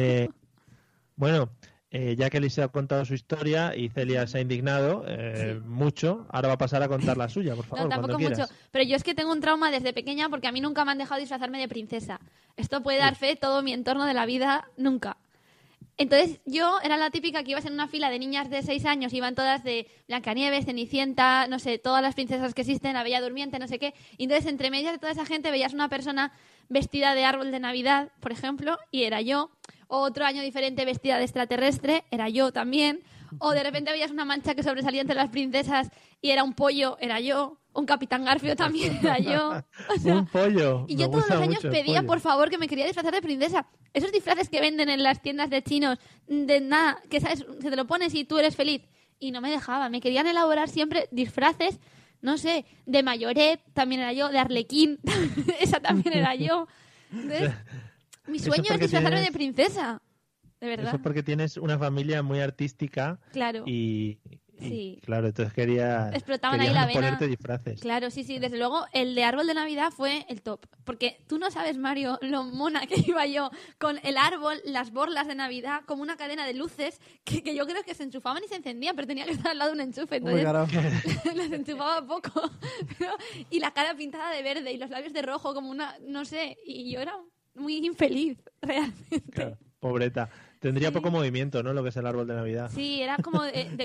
Bueno, ya que Eliseo ha contado su historia y Celia se ha indignado mucho, ahora va a pasar a contar la suya, por favor, no, tampoco cuando mucho. quieras. Pero yo es que tengo un trauma desde pequeña porque a mí nunca me han dejado disfrazarme de princesa. Esto puede dar fe, todo mi entorno de la vida, nunca. Entonces yo era la típica que ibas en una fila de niñas de 6 años, iban todas de Blancanieves, Cenicienta, no sé, todas las princesas que existen, la Bella Durmiente, no sé qué. Y entonces entre medias de toda esa gente veías una persona vestida de árbol de Navidad, por ejemplo, y era yo. O otro año diferente vestida de extraterrestre, era yo también. O de repente veías una mancha que sobresalía entre las princesas y era un pollo, era yo. Un Capitán Garfio también era yo. O sea, Un pollo. y Me yo todos gusta los años mucho el pedía, pollo. por favor, que me quería disfrazar de princesa. Esos disfraces que venden en las tiendas de chinos, de nada, que sabes, que te lo pones y tú eres feliz. Y no me dejaba. Me querían elaborar siempre disfraces, no sé, de Mayoret, también era yo, de Arlequín, esa también era yo. Entonces, mi Eso sueño es porque disfrazarme tienes- de princesa. De verdad. Eso es porque tienes una familia muy artística Claro. y Sí. claro, entonces querías Explotaban ahí la vena. ponerte disfraces. Claro, sí, desde luego el de árbol de Navidad fue el top. Porque tú no sabes, Mario, lo mona que iba yo con el árbol, las borlas de Navidad, como una cadena de luces que yo creo que se enchufaban y se encendían, pero tenía que estar al lado de un enchufe. Uy, Entonces carajo. las enchufaba poco. Y la cara pintada de verde y los labios de rojo, como una, no sé. Y yo era muy infeliz, realmente. Claro, pobreta. Tendría Sí. poco movimiento, ¿no? Lo que es el árbol de Navidad. Sí, era como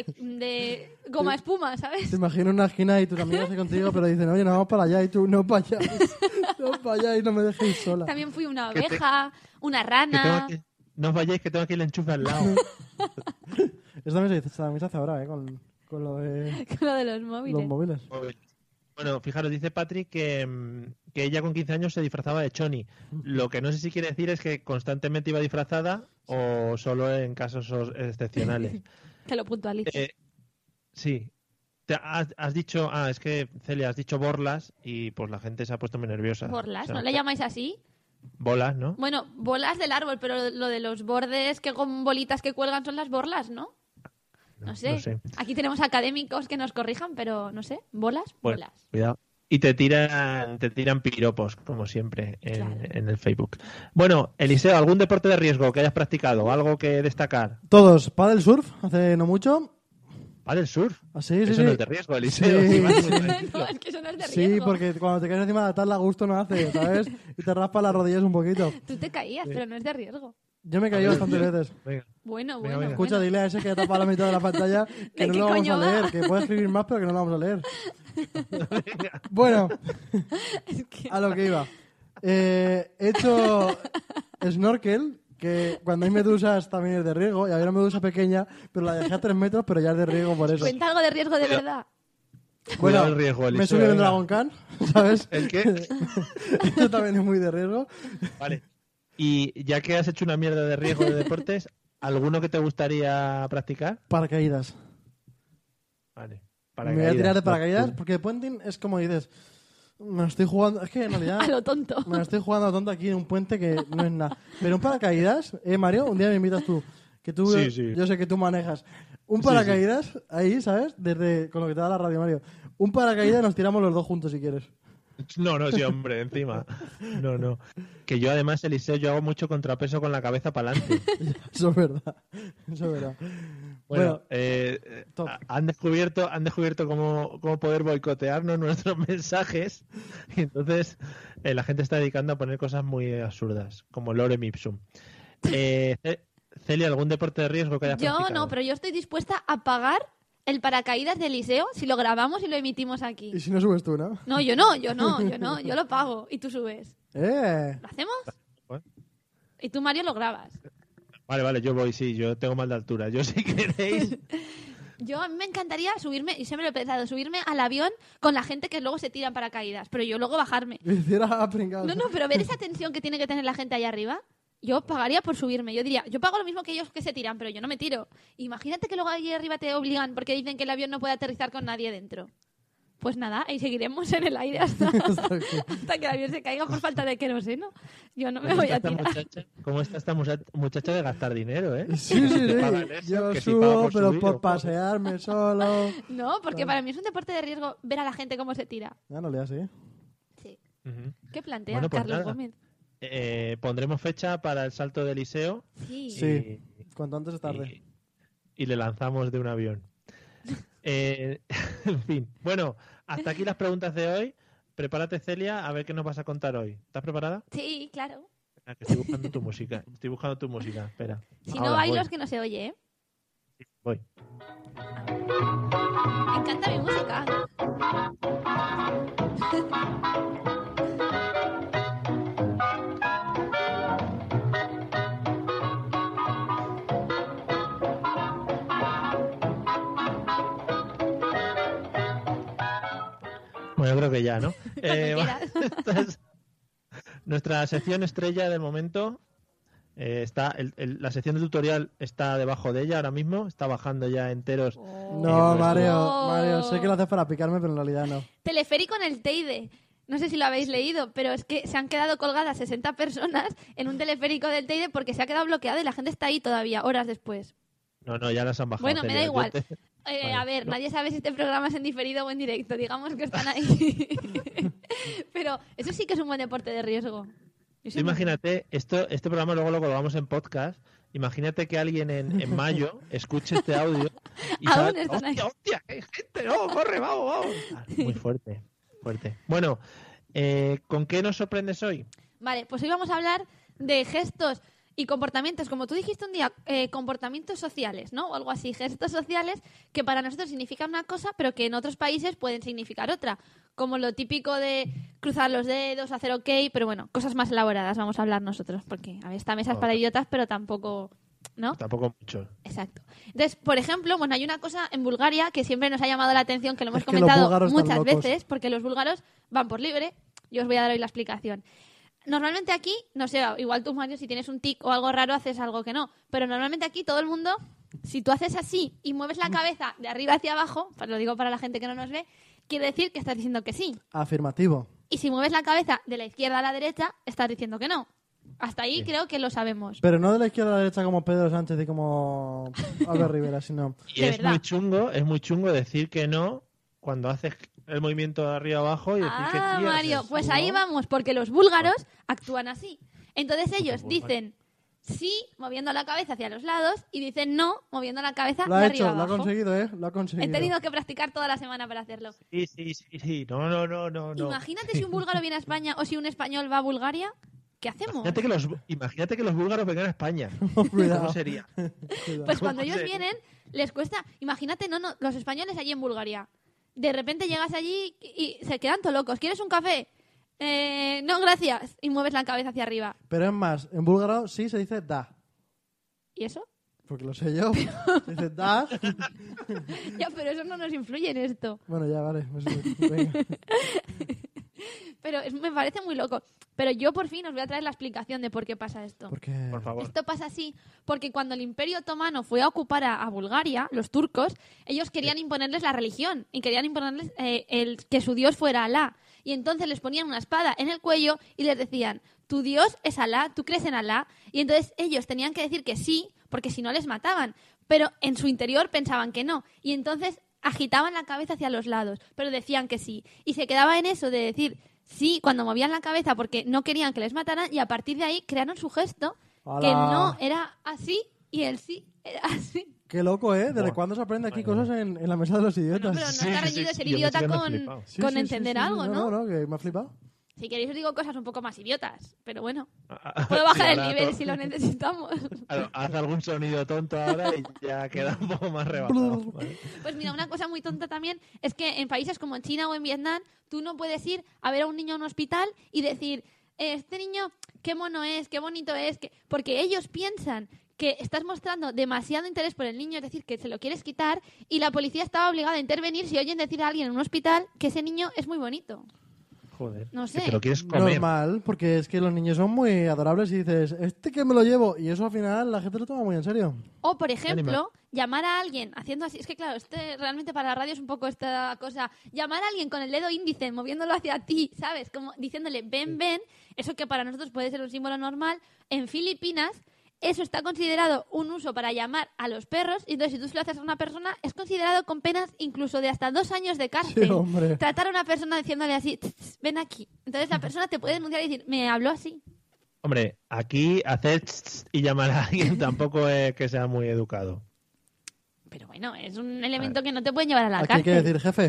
de goma espuma, ¿sabes? Te imagino una esquina y tus amigas ahí contigo, pero dicen, oye, no vamos para allá y tú, no para allá. No para allá y no me dejéis sola. También fui una Que te- oveja, una Que rana. no os vayáis, que tengo aquí el enchufe al lado. Eso también se hace ahora, con lo de Con lo de los móviles. los móviles. Bueno, fijaros, dice Patrick que ella con 15 años se disfrazaba de Choni. Lo que no sé si quiere decir es que constantemente iba disfrazada o solo en casos excepcionales. Te lo puntualizo. Sí. Has dicho, es que Celia, has dicho borlas y pues la gente se ha puesto muy nerviosa. Borlas, O sea, ¿no le llamáis así? Bolas, ¿no? Bueno, bolas del árbol, pero lo de los bordes que con bolitas que cuelgan son las borlas, ¿no? No sé. No sé. Aquí tenemos académicos que nos corrijan, pero no sé. ¿Bolas? Bueno, Bolas. cuidado. Y te tiran piropos, como siempre, Claro. en el Facebook. Bueno, Eliseo, ¿algún deporte de riesgo que hayas practicado? ¿Algo que destacar? Todos, paddle surf, hace no mucho. ¿Del surf? Así, sí, Eso sí. no es de riesgo, Eliseo. Sí, Si vas sí. muy tranquilo. No, es que eso no es de Sí, riesgo. porque cuando te caes encima de la tabla a gusto no hace, ¿sabes? Y te raspa las rodillas un poquito. Tú te caías, pero no es de riesgo. Yo me he caído bastantes veces. Venga. Bueno, Venga, bueno. venga. Escucha, bueno. dile a ese que ha tapado la mitad de la pantalla que ¿De no qué lo vamos coño a va? leer, que puede escribir más pero que no lo vamos a leer. Bueno, Es que- a lo que iba. He hecho snorkel, que cuando hay medusas también es de riesgo, y había una medusa pequeña, pero la dejé a 3 metros, pero ya es de riesgo por eso. Cuenta algo de riesgo de verdad. Cuidado el riesgo, me Eliseo, subí en el venga. Dragon Khan, ¿sabes? ¿El qué? Eso también es muy de riesgo. Vale. Y ya que has hecho una mierda de riesgo de deportes, ¿alguno que te gustaría practicar? Paracaídas. Vale. Me voy a tirar de paracaídas, No, porque puenting es como dices, me lo estoy jugando, es que en realidad A lo tonto. me lo estoy jugando a tonto aquí en un puente que no es nada. Pero un paracaídas, Mario, un día me invitas tú, que tú, Sí, sí. yo sé que tú manejas. Un Sí, paracaídas, ahí, ¿sabes? Desde con lo que te da la radio, Mario. Un paracaídas nos tiramos los dos juntos si quieres. No, sí, hombre, encima. No. Que yo además, Eliseo, yo hago mucho contrapeso con la cabeza para adelante. Eso es verdad. Eso es verdad. Bueno, top. han descubierto cómo poder boicotearnos nuestros mensajes. Y entonces la gente está dedicando a poner cosas muy absurdas, como Lorem Ipsum. Celia, ¿algún deporte de riesgo que hayas Yo practicado? no, pero yo estoy dispuesta a pagar el paracaídas de Eliseo si lo grabamos y lo emitimos aquí. Y si no subes tú, ¿no? No, yo no, yo lo pago y tú subes. ¡Eh! ¿Lo hacemos? Y tú, Mario, lo grabas. Vale, yo voy, sí, yo tengo mal de altura. Yo si queréis... Yo a mí me encantaría subirme, y siempre lo he pensado, subirme al avión con la gente que luego se tiran paracaídas, pero yo luego bajarme. Me hiciera pringado. No, pero ver esa tensión que tiene que tener la gente allá arriba, yo pagaría por subirme. Yo diría, yo pago lo mismo que ellos que se tiran, pero yo no me tiro. Imagínate que luego allí arriba te obligan porque dicen que el avión no puede aterrizar con nadie dentro. Pues nada, ahí seguiremos en el aire hasta que el avión se caiga por falta de queroseno. Yo no me voy a tirar. ¿Cómo está esta muchacha de gastar dinero, eh? Sí. Yo subo, pero por pasearme solo. No, porque para mí es un deporte de riesgo ver a la gente cómo se tira. Ya no le hace. Sí. Uh-huh. ¿Qué plantea Bueno, pues Carlos nada. Gómez? Pondremos fecha para el salto de Eliseo. Sí. Cuanto antes es tarde. Y le lanzamos de un avión. En fin. Bueno, hasta aquí las preguntas de hoy. Prepárate, Celia, a ver qué nos vas a contar hoy. ¿Estás preparada? Sí, claro. Que estoy buscando tu música. Espera. Si Ahora, no bailos, voy. que no se oye, ¿eh? Voy. Me encanta mi música. Bueno, yo creo que ya, ¿no? quieras. Esta es nuestra sección estrella de momento. Está la sección de tutorial está debajo de ella ahora mismo. Está bajando ya enteros. No, Mario, sé que lo haces para picarme, pero en realidad no. Teleférico en el Teide. No sé si lo habéis leído, pero es que se han quedado colgadas 60 personas en un teleférico del Teide porque se ha quedado bloqueado y la gente está ahí todavía, horas después. No, ya las han bajado. Bueno, me da Celia. igual. Vale, A ver, no. nadie sabe si este programa es en diferido o en directo. Digamos que están ahí. Pero eso sí que es un buen deporte de riesgo. Tú imagínate, este programa luego lo colgamos en podcast. Imagínate que alguien en mayo escuche este audio y Aún salga, están ahí. ¡Hostia, hay gente! ¡No, corre, vamos! Muy fuerte. Bueno, ¿con qué nos sorprendes hoy? Vale, pues hoy vamos a hablar de gestos y comportamientos, como tú dijiste un día, comportamientos sociales, ¿no? O algo así, gestos sociales que para nosotros significan una cosa, pero que en otros países pueden significar otra. Como lo típico de cruzar los dedos, hacer ok, pero bueno, cosas más elaboradas vamos a hablar nosotros, porque a ver, esta mesa es para idiotas, pero tampoco, ¿no? Tampoco mucho. Exacto. Entonces, por ejemplo, bueno, hay una cosa en Bulgaria que siempre nos ha llamado la atención, que lo hemos Es que los comentado búlgaros están muchas locos. veces, porque los búlgaros van por libre. Yo os voy a dar hoy la explicación. Normalmente aquí, no sé, igual tú, Mario, si tienes un tic o algo raro, haces algo que no. Pero normalmente aquí todo el mundo, si tú haces así y mueves la cabeza de arriba hacia abajo, pues lo digo para la gente que no nos ve, quiere decir que estás diciendo que sí. Afirmativo. Y si mueves la cabeza de la izquierda a la derecha, estás diciendo que no. Hasta ahí creo que lo sabemos. Pero no de la izquierda a la derecha como Pedro Sánchez y como Albert Rivera, sino... Y De es verdad. muy chungo decir que no cuando haces el movimiento de arriba abajo y decir que sí. Mario, haces, pues ¿no? ahí vamos, porque los búlgaros actúan así. Entonces ellos dicen sí moviendo la cabeza hacia los lados y dicen no moviendo la cabeza Lo de ha arriba hecho, lo ha abajo. conseguido, ¿eh? Lo ha conseguido. He tenido que practicar toda la semana para hacerlo. Sí. No. Imagínate si un búlgaro viene a España o si un español va a Bulgaria. ¿Qué hacemos? Imagínate que los búlgaros vengan a España. Cuidado. ¿Cómo sería? Pues cuando ¿Cómo ellos sería? vienen, les cuesta. Imagínate, no, los españoles allí en Bulgaria. De repente llegas allí y se quedan todos locos. ¿Quieres un café? No, gracias. Y mueves la cabeza hacia arriba. Pero es más, en búlgaro sí se dice da. ¿Y eso? Porque lo sé yo. Se dice da. Ya, pero eso no nos influye en esto. Bueno, ya, vale. Pues, venga. Pero me parece muy loco. Pero yo por fin os voy a traer la explicación de por qué pasa esto. Porque... Por favor. Esto pasa así porque cuando el Imperio Otomano fue a ocupar a Bulgaria, los turcos, ellos querían imponerles la religión y querían imponerles que su dios fuera Alá. Y entonces les ponían una espada en el cuello y les decían, tu dios es Alá, tú crees en Alá. Y entonces ellos tenían que decir que sí, porque si no les mataban. Pero en su interior pensaban que no. Y entonces agitaban la cabeza hacia los lados, pero decían que sí. Y se quedaba en eso de decir sí cuando movían la cabeza porque no querían que les mataran y a partir de ahí crearon su gesto que ¡Hala! no era así y el sí era así. Qué loco, ¿eh? ¿Desde Buah. cuándo se aprende aquí cosas en la mesa de los idiotas? Bueno, pero no Sí, está sí, reñido sí, ser yo me idiota estoy quedando con, flipado. Sí, con sí, sí, entender sí, algo, ¿no? No, que me ha flipado. Si queréis os digo cosas un poco más idiotas, pero bueno, Ah, puedo bajar sí, el ahora nivel to- si lo necesitamos. Haz algún sonido tonto ahora y ya queda un poco más rebajado. ¿vale? Pues mira, una cosa muy tonta también es que en países como China o en Vietnam tú no puedes ir a ver a un niño a un hospital y decir este niño, qué mono es, qué bonito es, porque ellos piensan que estás mostrando demasiado interés por el niño, es decir, que se lo quieres quitar, y la policía estaba obligada a intervenir si oyen decir a alguien en un hospital que ese niño es muy bonito. Joder, No sé. que te lo quieres comer. Normal, porque es que los niños son muy adorables y dices, que me lo llevo. Y eso al final la gente lo toma muy en serio. O, por ejemplo, llamar a alguien haciendo así. Es que, claro, realmente para la radio es un poco esta cosa. Llamar a alguien con el dedo índice, moviéndolo hacia ti, ¿sabes? Como diciéndole, ven, ven. Eso que para nosotros puede ser un símbolo normal. En Filipinas, eso está considerado un uso para llamar a los perros. Y entonces, si tú se lo haces a una persona, es considerado con penas incluso de hasta 2 años de cárcel. Sí, hombre. Tratar a una persona diciéndole así, ven aquí. Entonces, la persona te puede denunciar y decir, me habló así. Hombre, aquí hacer y llamar a alguien tampoco es que sea muy educado. Pero bueno, es un elemento que no te pueden llevar a la Aquí hay cárcel. que decir jefe.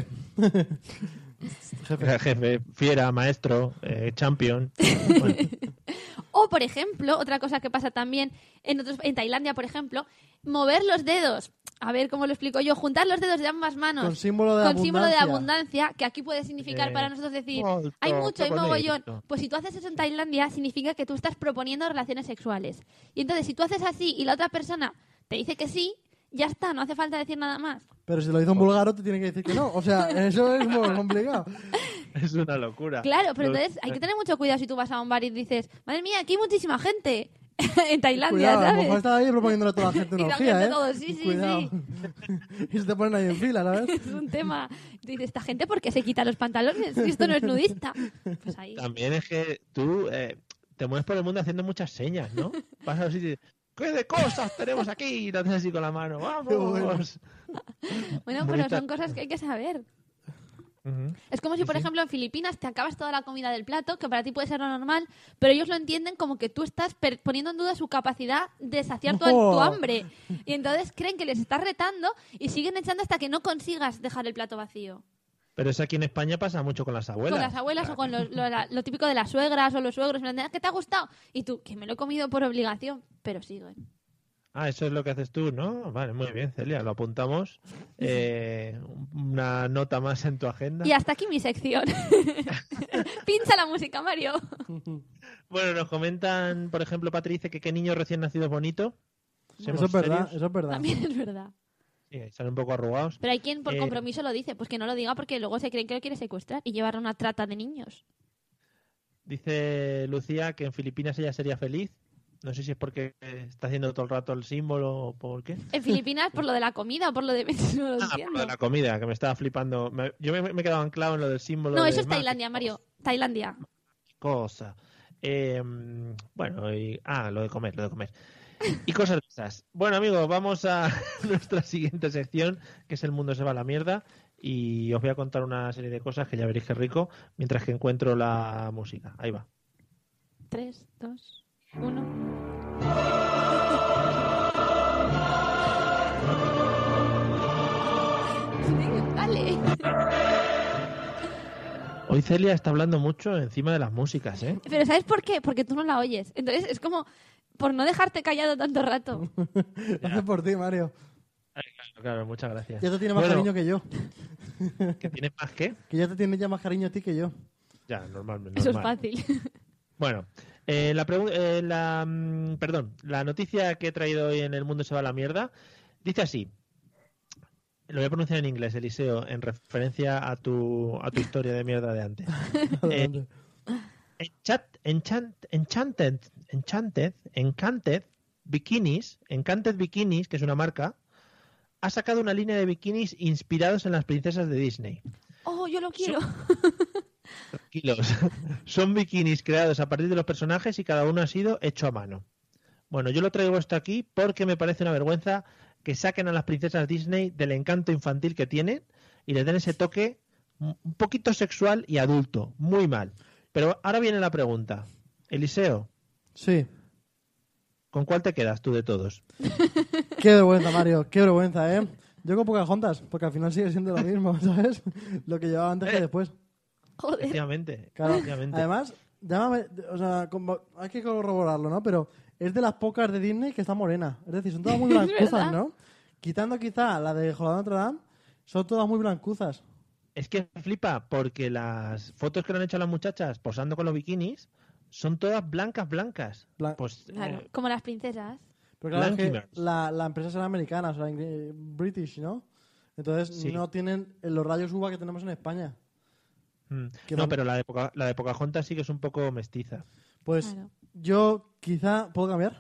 Jefe, fiera, maestro, champion. Bueno, O, por ejemplo, otra cosa que pasa también en Tailandia, por ejemplo, mover los dedos. A ver cómo lo explico yo. Juntar los dedos de ambas manos Con símbolo de abundancia, que aquí puede significar para nosotros decir, hay mucho, hay mogollón. Pues si tú haces eso en Tailandia, significa que tú estás proponiendo relaciones sexuales. Y entonces, si tú haces así y la otra persona te dice que sí, ya está, no hace falta decir nada más. Pero si lo dice un búlgaro, te tiene que decir que no. O sea, eso es muy complicado. es una locura. Claro, pero entonces hay que tener mucho cuidado si tú vas a un bar y dices, madre mía, aquí hay muchísima gente. En Tailandia, Cuidado, a lo ¿sabes? mejor estás ahí proponiéndole a toda la gente Y una la orgía, gente ¿eh? todo, sí, sí, Cuidado. Y se te ponen ahí en fila, ¿sabes? Es un tema. Dice, ¿esta gente por qué se quita los pantalones? Si esto no es nudista. Pues ahí. También es que tú te mueves por el mundo haciendo muchas señas, ¿no? Vas a los sitios, ¿qué de cosas tenemos aquí? Y te haces así con la mano, ¡vamos! Bueno, pero son cosas que hay que saber. Es como si, por ejemplo, en Filipinas te acabas toda la comida del plato, que para ti puede ser lo normal, pero ellos lo entienden como que tú estás poniendo en duda su capacidad de saciar tu hambre. Y entonces creen que les estás retando y siguen echando hasta que no consigas dejar el plato vacío. Pero eso aquí en España pasa mucho con las abuelas. Con las abuelas o con lo típico de las suegras o los suegros. ¿Qué te ha gustado? Y tú, que me lo he comido por obligación, pero siguen. Ah, eso es lo que haces tú, ¿no? Vale, muy bien, Celia, lo apuntamos. Una nota más en tu agenda. Y hasta aquí mi sección. Pincha la música, Mario. Bueno, nos comentan, por ejemplo, Patri dice que qué niño recién nacido es bonito. Eso es verdad, eso es verdad. También es verdad. Sí, están un poco arrugados. Pero hay quien por compromiso lo dice. Pues que no lo diga porque luego se creen que lo quiere secuestrar y llevar a una trata de niños. Dice Lucía que en Filipinas ella sería feliz. No sé si es porque está haciendo todo el rato el símbolo o por qué. En Filipinas por lo de la comida o por lo de... No lo Por entiendo. lo de la comida, que me estaba flipando. Yo me he quedado anclado en lo del símbolo. No, de eso es mar. Tailandia, Mario. Tailandia. Cosa. Bueno, lo de comer. Y cosas de esas. Bueno, amigos, vamos a nuestra siguiente sección, que es El mundo se va a la mierda. Y os voy a contar una serie de cosas que ya veréis que rico, mientras que encuentro la música. Ahí va. 3, 2, 1... Vale. Hoy Celia está hablando mucho encima de las músicas, ¿eh? Pero ¿sabes por qué? Porque tú no la oyes. Entonces es como por no dejarte callado tanto rato. Lo hace por ti, Mario. Claro, muchas gracias. Ya te tiene más cariño que yo. ¿Que tienes más qué? Que ya te tiene ya más cariño a ti que yo. Ya, normalmente. Eso es fácil. Bueno, la noticia que he traído hoy en El mundo se va a la mierda dice así. Lo voy a pronunciar en inglés, Eliseo, en referencia a tu historia de mierda de antes. Encanted Bikinis, que es una marca, ha sacado una línea de bikinis inspirados en las princesas de Disney. Oh, yo lo quiero. Tranquilos. Son bikinis creados a partir de los personajes y cada uno ha sido hecho a mano. Bueno, yo lo traigo esto aquí porque me parece una vergüenza que saquen a las princesas Disney del encanto infantil que tienen y les den ese toque un poquito sexual y adulto. Muy mal. Pero ahora viene la pregunta. Eliseo. Sí. ¿Con cuál te quedas tú de todos? Qué vergüenza, Mario. Qué vergüenza, ¿eh? Yo con Pocahontas, porque al final sigue siendo lo mismo, ¿sabes? Lo que llevaba antes que después. Joder. Efectivamente. Claro. Efectivamente. Además, hay que corroborarlo, ¿no? Pero es de las pocas de Disney que está morena. Es decir, son todas muy blancuzas, ¿no? Quitando quizá la de Jorobado de Notre Dame, son todas muy blancuzas. Es que flipa porque las fotos que le han hecho a las muchachas posando con los bikinis son todas blancas. Pues, Claro, como las princesas. Pero claro, es que Lankimers. la empresa será americana, o sea, British, ¿no? Entonces Sí. no tienen los rayos uva que tenemos en España. que no, van- pero la de Pocahontas sí que es un poco mestiza. Pues Claro. yo quizá... ¿Puedo cambiar?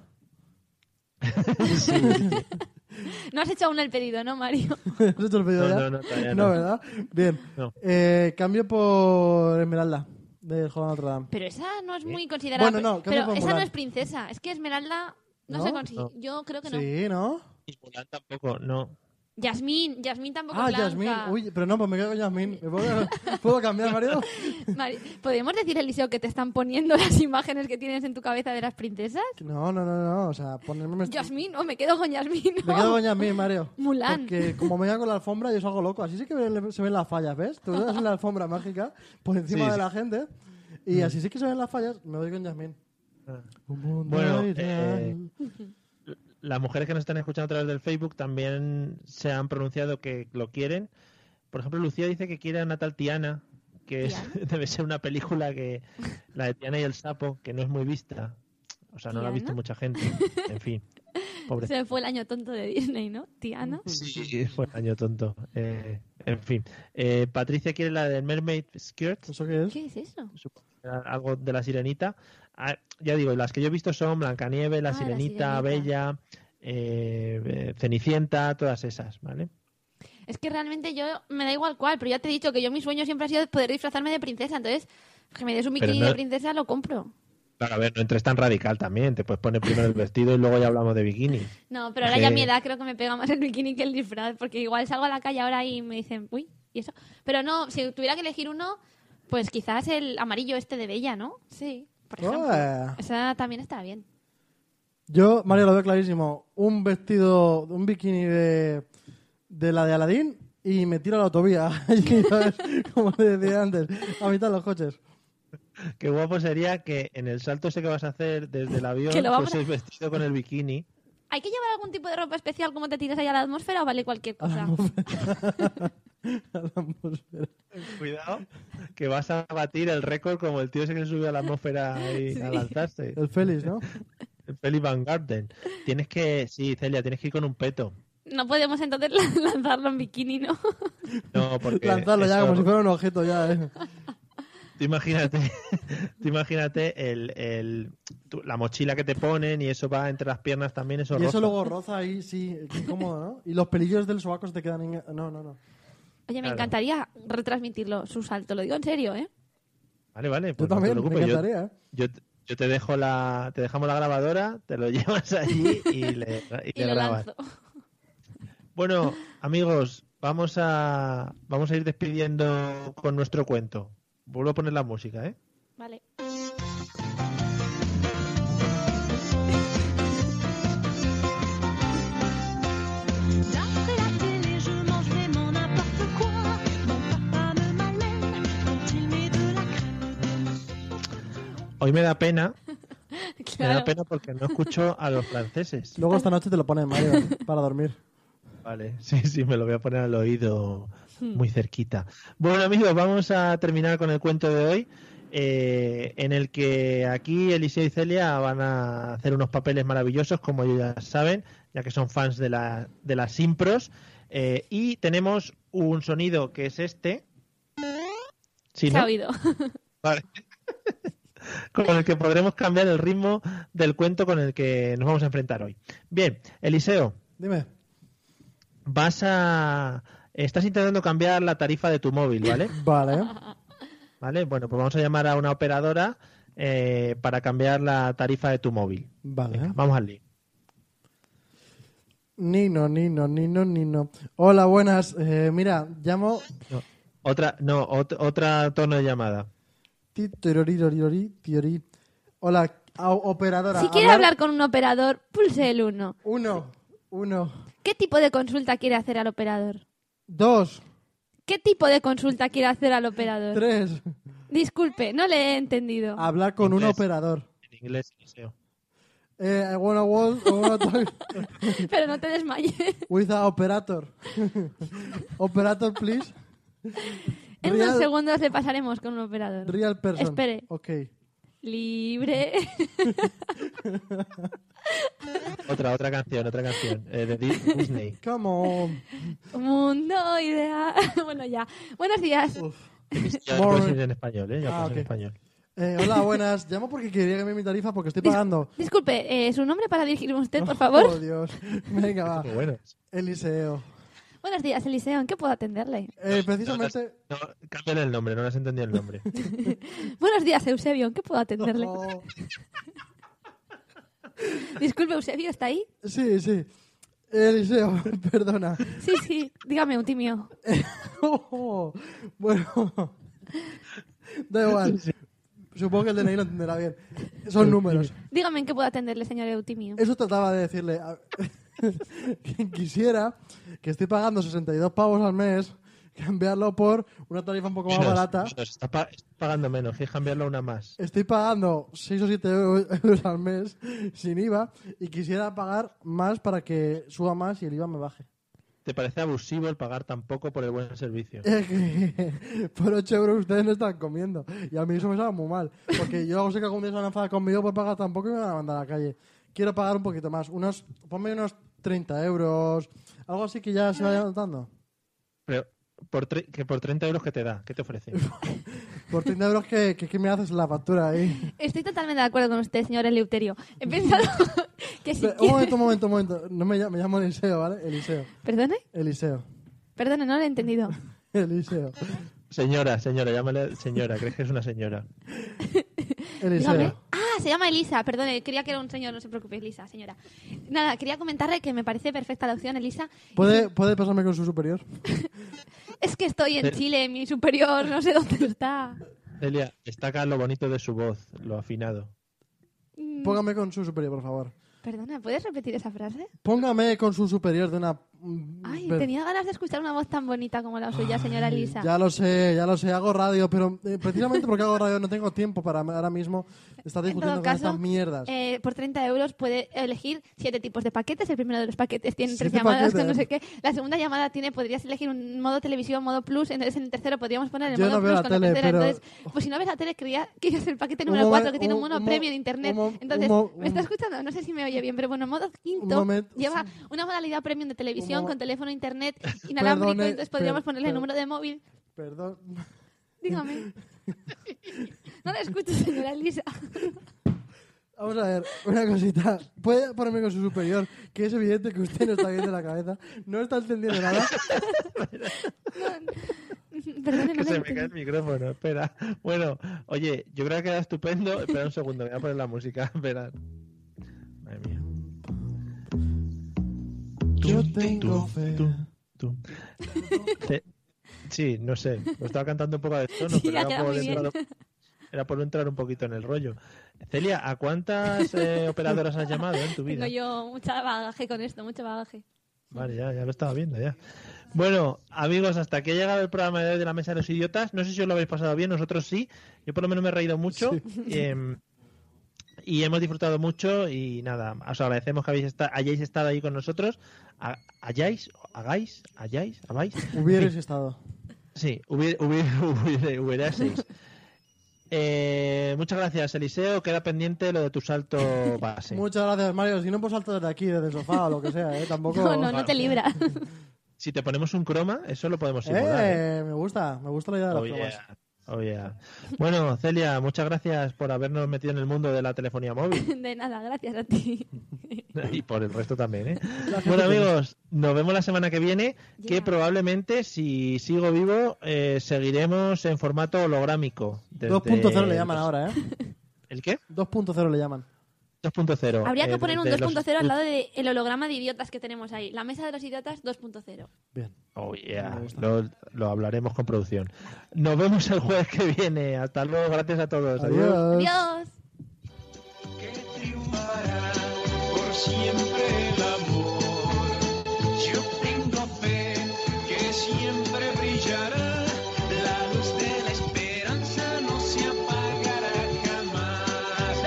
No has hecho aún el pedido, ¿no, Mario? ¿Has hecho el pedido ya? No, todavía No, no. ¿verdad? Bien. No. Cambio por Esmeralda, del Juego de Notre Dame. Pero esa no es muy considerada. Bueno, no, pero cambio por esa no Mulan. es princesa. Es que Esmeralda no, ¿No? se consigue. No. Yo creo que no. Sí, ¿no? Y Mulan tampoco, no. Yasmín tampoco Ah, es blanca. Yasmín. Uy, pero no, pues me quedo con Yasmín. ¿Puedo cambiar, Mario? ¿Podemos decir, Eliseo, que te están poniendo las imágenes que tienes en tu cabeza de las princesas? No. O sea, ponerme... Yasmín, me quedo con Yasmín. Me quedo con Yasmín, Mario. Mulan. Porque como me voy con la alfombra, yo salgo loco. Así sí que se ven las fallas, ¿ves? Tú das en la alfombra mágica por encima Sí, de sí. la gente. Y así sí que se ven las fallas. Me voy con Yasmín. Ah. Un mundo Bueno, ideal. las mujeres que nos están escuchando a través del Facebook también se han pronunciado que lo quieren. Por ejemplo, Lucía dice que quiere a una tal Tiana, que debe ser una película que la de Tiana y el sapo, que no es muy vista. O sea, no la ha visto ¿Tiana? mucha gente. En fin, pobre. Se fue el año tonto de Disney, ¿no? Tiana. Sí, fue año tonto. En fin, Patricia quiere la de Mermaid Skirt, ¿Eso qué es? ¿Qué es eso? supongo que era algo de la Sirenita. Ah, ya digo, las que yo he visto son Blancanieves, la Ah, la Sirenita, Sirenita. Bella, Cenicienta, todas esas, ¿vale? Es que realmente yo me da igual cuál, pero ya te he dicho que yo mi sueño siempre ha sido poder disfrazarme de princesa. Entonces, que me des un Pero bikini no- de princesa, lo compro. Claro, a ver, no entres tan radical también. Te puedes poner primero el vestido y luego ya hablamos de bikini. No, pero ahora Sí. ya a mi edad creo que me pega más el bikini que el disfraz, porque igual salgo a la calle ahora y me dicen, uy, ¿y eso? Pero no, si tuviera que elegir uno, pues quizás el amarillo este de Bella, ¿no? Sí, por ejemplo. Ah. Esa también está bien. Yo, Mario, lo veo clarísimo. Un vestido, un bikini de la de Aladín y me tiro a la autovía. Allí, ¿sabes? Como te decía antes, a mitad de los coches. Qué guapo sería que en el salto ese que vas a hacer desde el avión Que lo vamos fueses vestido con el bikini. ¿Hay que llevar algún tipo de ropa especial como te tiras ahí a la atmósfera o vale cualquier A la cosa? atmósfera. Cuidado, que vas a batir el récord como el tío ese que se subió a la atmósfera ahí a lanzarse. El Félix, ¿no? El Felix Van Garden. Tienes que, sí, Celia, tienes que ir con un peto. No podemos entonces lanzarlo en bikini, ¿no? No, porque Lanzarlo ya eso- como si fuera un objeto ya, ¿eh? Tú imagínate, la mochila que te ponen y eso va entre las piernas también, eso Y eso roza. luego roza ahí, sí, qué incómodo, ¿no? Y los pelillos del sobaco se te quedan en... No. Oye, me Claro. encantaría retransmitirlo, su salto, lo digo en serio, ¿eh? Vale, Yo pues no te también, me preocupes, encantaría, ¿eh? yo te dejo te dejamos la grabadora, te lo llevas allí y Y le lo grabas. lanzo. Bueno, amigos, vamos a ir despidiendo con nuestro cuento. Vuelvo a poner la música, ¿eh? Vale. D'après la télé, je mange vraiment n'importe quoi. Mon papa me malmène quand il met de la crème. Hoy me da pena Claro. porque no escucho a los franceses. Luego esta noche te lo ponen, Mario, para dormir. Vale, sí, me lo voy a poner al oído muy cerquita. Bueno, amigos, vamos a terminar con el cuento de hoy, en el que aquí Eliseo y Celia van a hacer unos papeles maravillosos, como ellos ya saben, ya que son fans de las impros. Y tenemos un sonido que es este. ¿Sí, Se ha no? oído. Vale. Con el que podremos cambiar el ritmo del cuento con el que nos vamos a enfrentar hoy. Bien, Eliseo, Dime. estás intentando cambiar la tarifa de tu móvil, ¿vale? Vale. Vale, bueno, pues vamos a llamar a una operadora para cambiar la tarifa de tu móvil. Vale. Venga, vamos al lío. Nino. Hola, buenas. Mira, llamo... Otra tono de llamada. Tiori. Hola, operadora. Si quiere hablar con un operador, pulse el 1. Uno. ¿Qué tipo de consulta quiere hacer al operador? 2, ¿Qué tipo de consulta quiere hacer al operador? 3. Disculpe, no le he entendido. Hablar con un Inglés. operador. En inglés, Eliseo. I wanna talk Pero no te desmayes. with a operator. Operator, please. En unos segundos le pasaremos con un operador. Real person. Espere. Ok. Libre. Otra canción. De Disney. Come on. Mundo ideal. Bueno, ya. Buenos días. Ya puedes ir en español, ¿eh? Ya puedes ok. en español. Hola, buenas. Llamo porque quería cambiar mi tarifa porque estoy pagando. Disculpe, ¿su nombre para dirigirme a usted, por favor? Oh, Dios. Venga, va. Qué bueno. Eliseo. Buenos días, Eliseo. ¿En qué puedo atenderle? Precisamente... No, cámbiale el nombre, no le has entendido el nombre. Buenos días, Eusebio. ¿En qué puedo atenderle? Oh, Disculpe, Eusebio, ¿está ahí? sí, sí. Eliseo, perdona. Sí. Dígame, Eutimio. Oh, bueno, da igual. Supongo que el DNI lo entenderá bien. Son números. Dígame en qué puedo atenderle, señor Eutimio. Eso trataba de decirle. Que quisiera que estoy pagando 62 pavos al mes, cambiarlo por una tarifa un poco más barata. Está pagando menos, quieres cambiarlo a una más. Estoy pagando 6 o 7 euros al mes sin IVA y quisiera pagar más para que suba más y el IVA me baje. ¿Te parece abusivo el pagar tan poco por el buen servicio? Por 8 euros ustedes no están comiendo. Y a mí eso me sabe muy mal. Porque yo sé que algún día se van a enfadar conmigo por pagar tan poco y me van a mandar a la calle. Quiero pagar un poquito más. Ponme unos 30 euros. Algo así que ya se vaya notando. Pero por 30 euros, ¿qué te da? ¿Qué te ofrece? Por 30 euros, ¿qué me haces la factura ahí? Estoy totalmente de acuerdo con usted, señor Eleuterio. He pensado que si Un momento. No me llamo Eliseo, ¿vale? Eliseo. ¿Perdone? Eliseo. Perdone, no lo he entendido. Eliseo. Señora, llámale señora. ¿Crees que es una señora? Eliseo. Dígame. Ah, se llama Elisa. Perdone, creía que era un señor. No se preocupe, Elisa, señora. Nada, quería comentarle que me parece perfecta la opción, Elisa. ¿Puede pasarme con su superior? Es que estoy en Chile, mi superior, no sé dónde está. Celia, destaca lo bonito de su voz, lo afinado. Póngame con su superior, por favor. Perdona, ¿puedes repetir esa frase? Póngame con su superior de una... Ay, tenía ganas de escuchar una voz tan bonita como la suya, señora Elisa. Ya lo sé, hago radio, pero precisamente porque hago radio no tengo tiempo para ahora mismo estar En discutiendo todo con caso, estas mierdas. por 30 euros puede elegir 7 tipos de paquetes. El primero de los paquetes tiene 3 7 llamadas paquetes. con no sé qué. La segunda llamada podrías elegir un modo televisión, modo plus. Entonces en el tercero podríamos poner el Yo modo no veo plus la con tele, la tercera. pero- Entonces, pues si no ves la tele, querías el paquete Un número 4 que momen- tiene un un modo mo- premio de internet. un mo- Entonces, un mo- ¿me está escuchando? No sé si me oye bien, pero bueno, el modo quinto momento. lleva una modalidad premium de televisión Un mo- con teléfono, internet, inalámbrico. Perdone, Entonces podríamos ponerle el número de móvil. Perdón. Dígame. No la escucho, señora Elisa. Vamos a ver, una cosita. ¿Puede ponerme con su superior? Que es evidente que usted no está bien de la cabeza. No está entendiendo nada. Perdone, Que no se la me cae el entendí. micrófono, espera. Bueno, oye, yo creo que queda estupendo. Espera un segundo, me voy a poner la música. Espera. Madre mía. Yo tengo fe. Sí, no sé. Lo estaba cantando un poco de tono, Sí, pero ha era quedado por, muy bien. era por entrar un poquito en el rollo. Celia, ¿a cuántas operadoras has llamado en tu vida? Tengo yo mucho bagaje con esto, mucho bagaje. Vale, ya lo estaba viendo ya. Bueno, amigos, hasta aquí ha llegado el programa de hoy de la Mesa de los Idiotas. No sé si os lo habéis pasado bien, nosotros sí. Yo por lo menos me he reído mucho. Y hemos disfrutado mucho y nada, os agradecemos que hayáis estado ahí con nosotros. ¿Hayáis? Hubierais estado. Sí, hubierais. Muchas gracias, Eliseo. Queda pendiente lo de tu salto base. Muchas gracias, Mario. Si no, pues salto desde aquí, desde el sofá o lo que sea, ¿eh? Tampoco... No te libra. Si te ponemos un croma, eso lo podemos simular. Me gusta la idea de las pruebas. Oh, yeah. Bueno, Celia, muchas gracias por habernos metido en el mundo de la telefonía móvil. De nada, gracias a ti. Y por el resto también, ¿eh? Bueno, amigos, nos vemos la semana que viene, que probablemente, si sigo vivo, seguiremos en formato holográmico. 2.0 le llaman ahora, ¿eh? ¿El qué? 2.0 le llaman. 2.0. Habría que poner un 2.0 al lado de... del holograma de idiotas que tenemos ahí. La mesa de los idiotas 2.0. Bien. Oh, yeah. Me gusta. Lo hablaremos con producción. Nos vemos el jueves que viene. Hasta luego. Gracias a todos. Adiós. Adiós. Que triunfará por siempre el amor. Yo tengo fe que siempre brillará. La luz de la esperanza no se apagará jamás.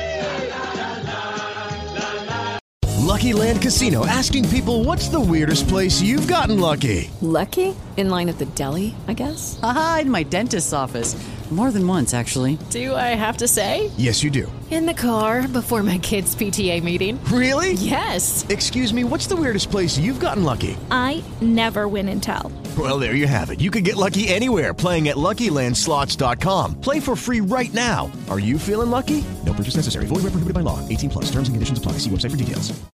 Lucky Land Casino, asking people, what's the weirdest place you've gotten lucky? Lucky? In line at the deli, I guess? Aha, in my dentist's office. More than once, actually. Do I have to say? Yes, you do. In the car before my kids' PTA meeting. Really? Yes. Excuse me, what's the weirdest place you've gotten lucky? I never win and tell. Well, there you have it. You can get lucky anywhere, playing at LuckyLandSlots.com. Play for free right now. Are you feeling lucky? No purchase necessary. Void where prohibited by law. 18 plus. Terms and conditions apply. See website for details.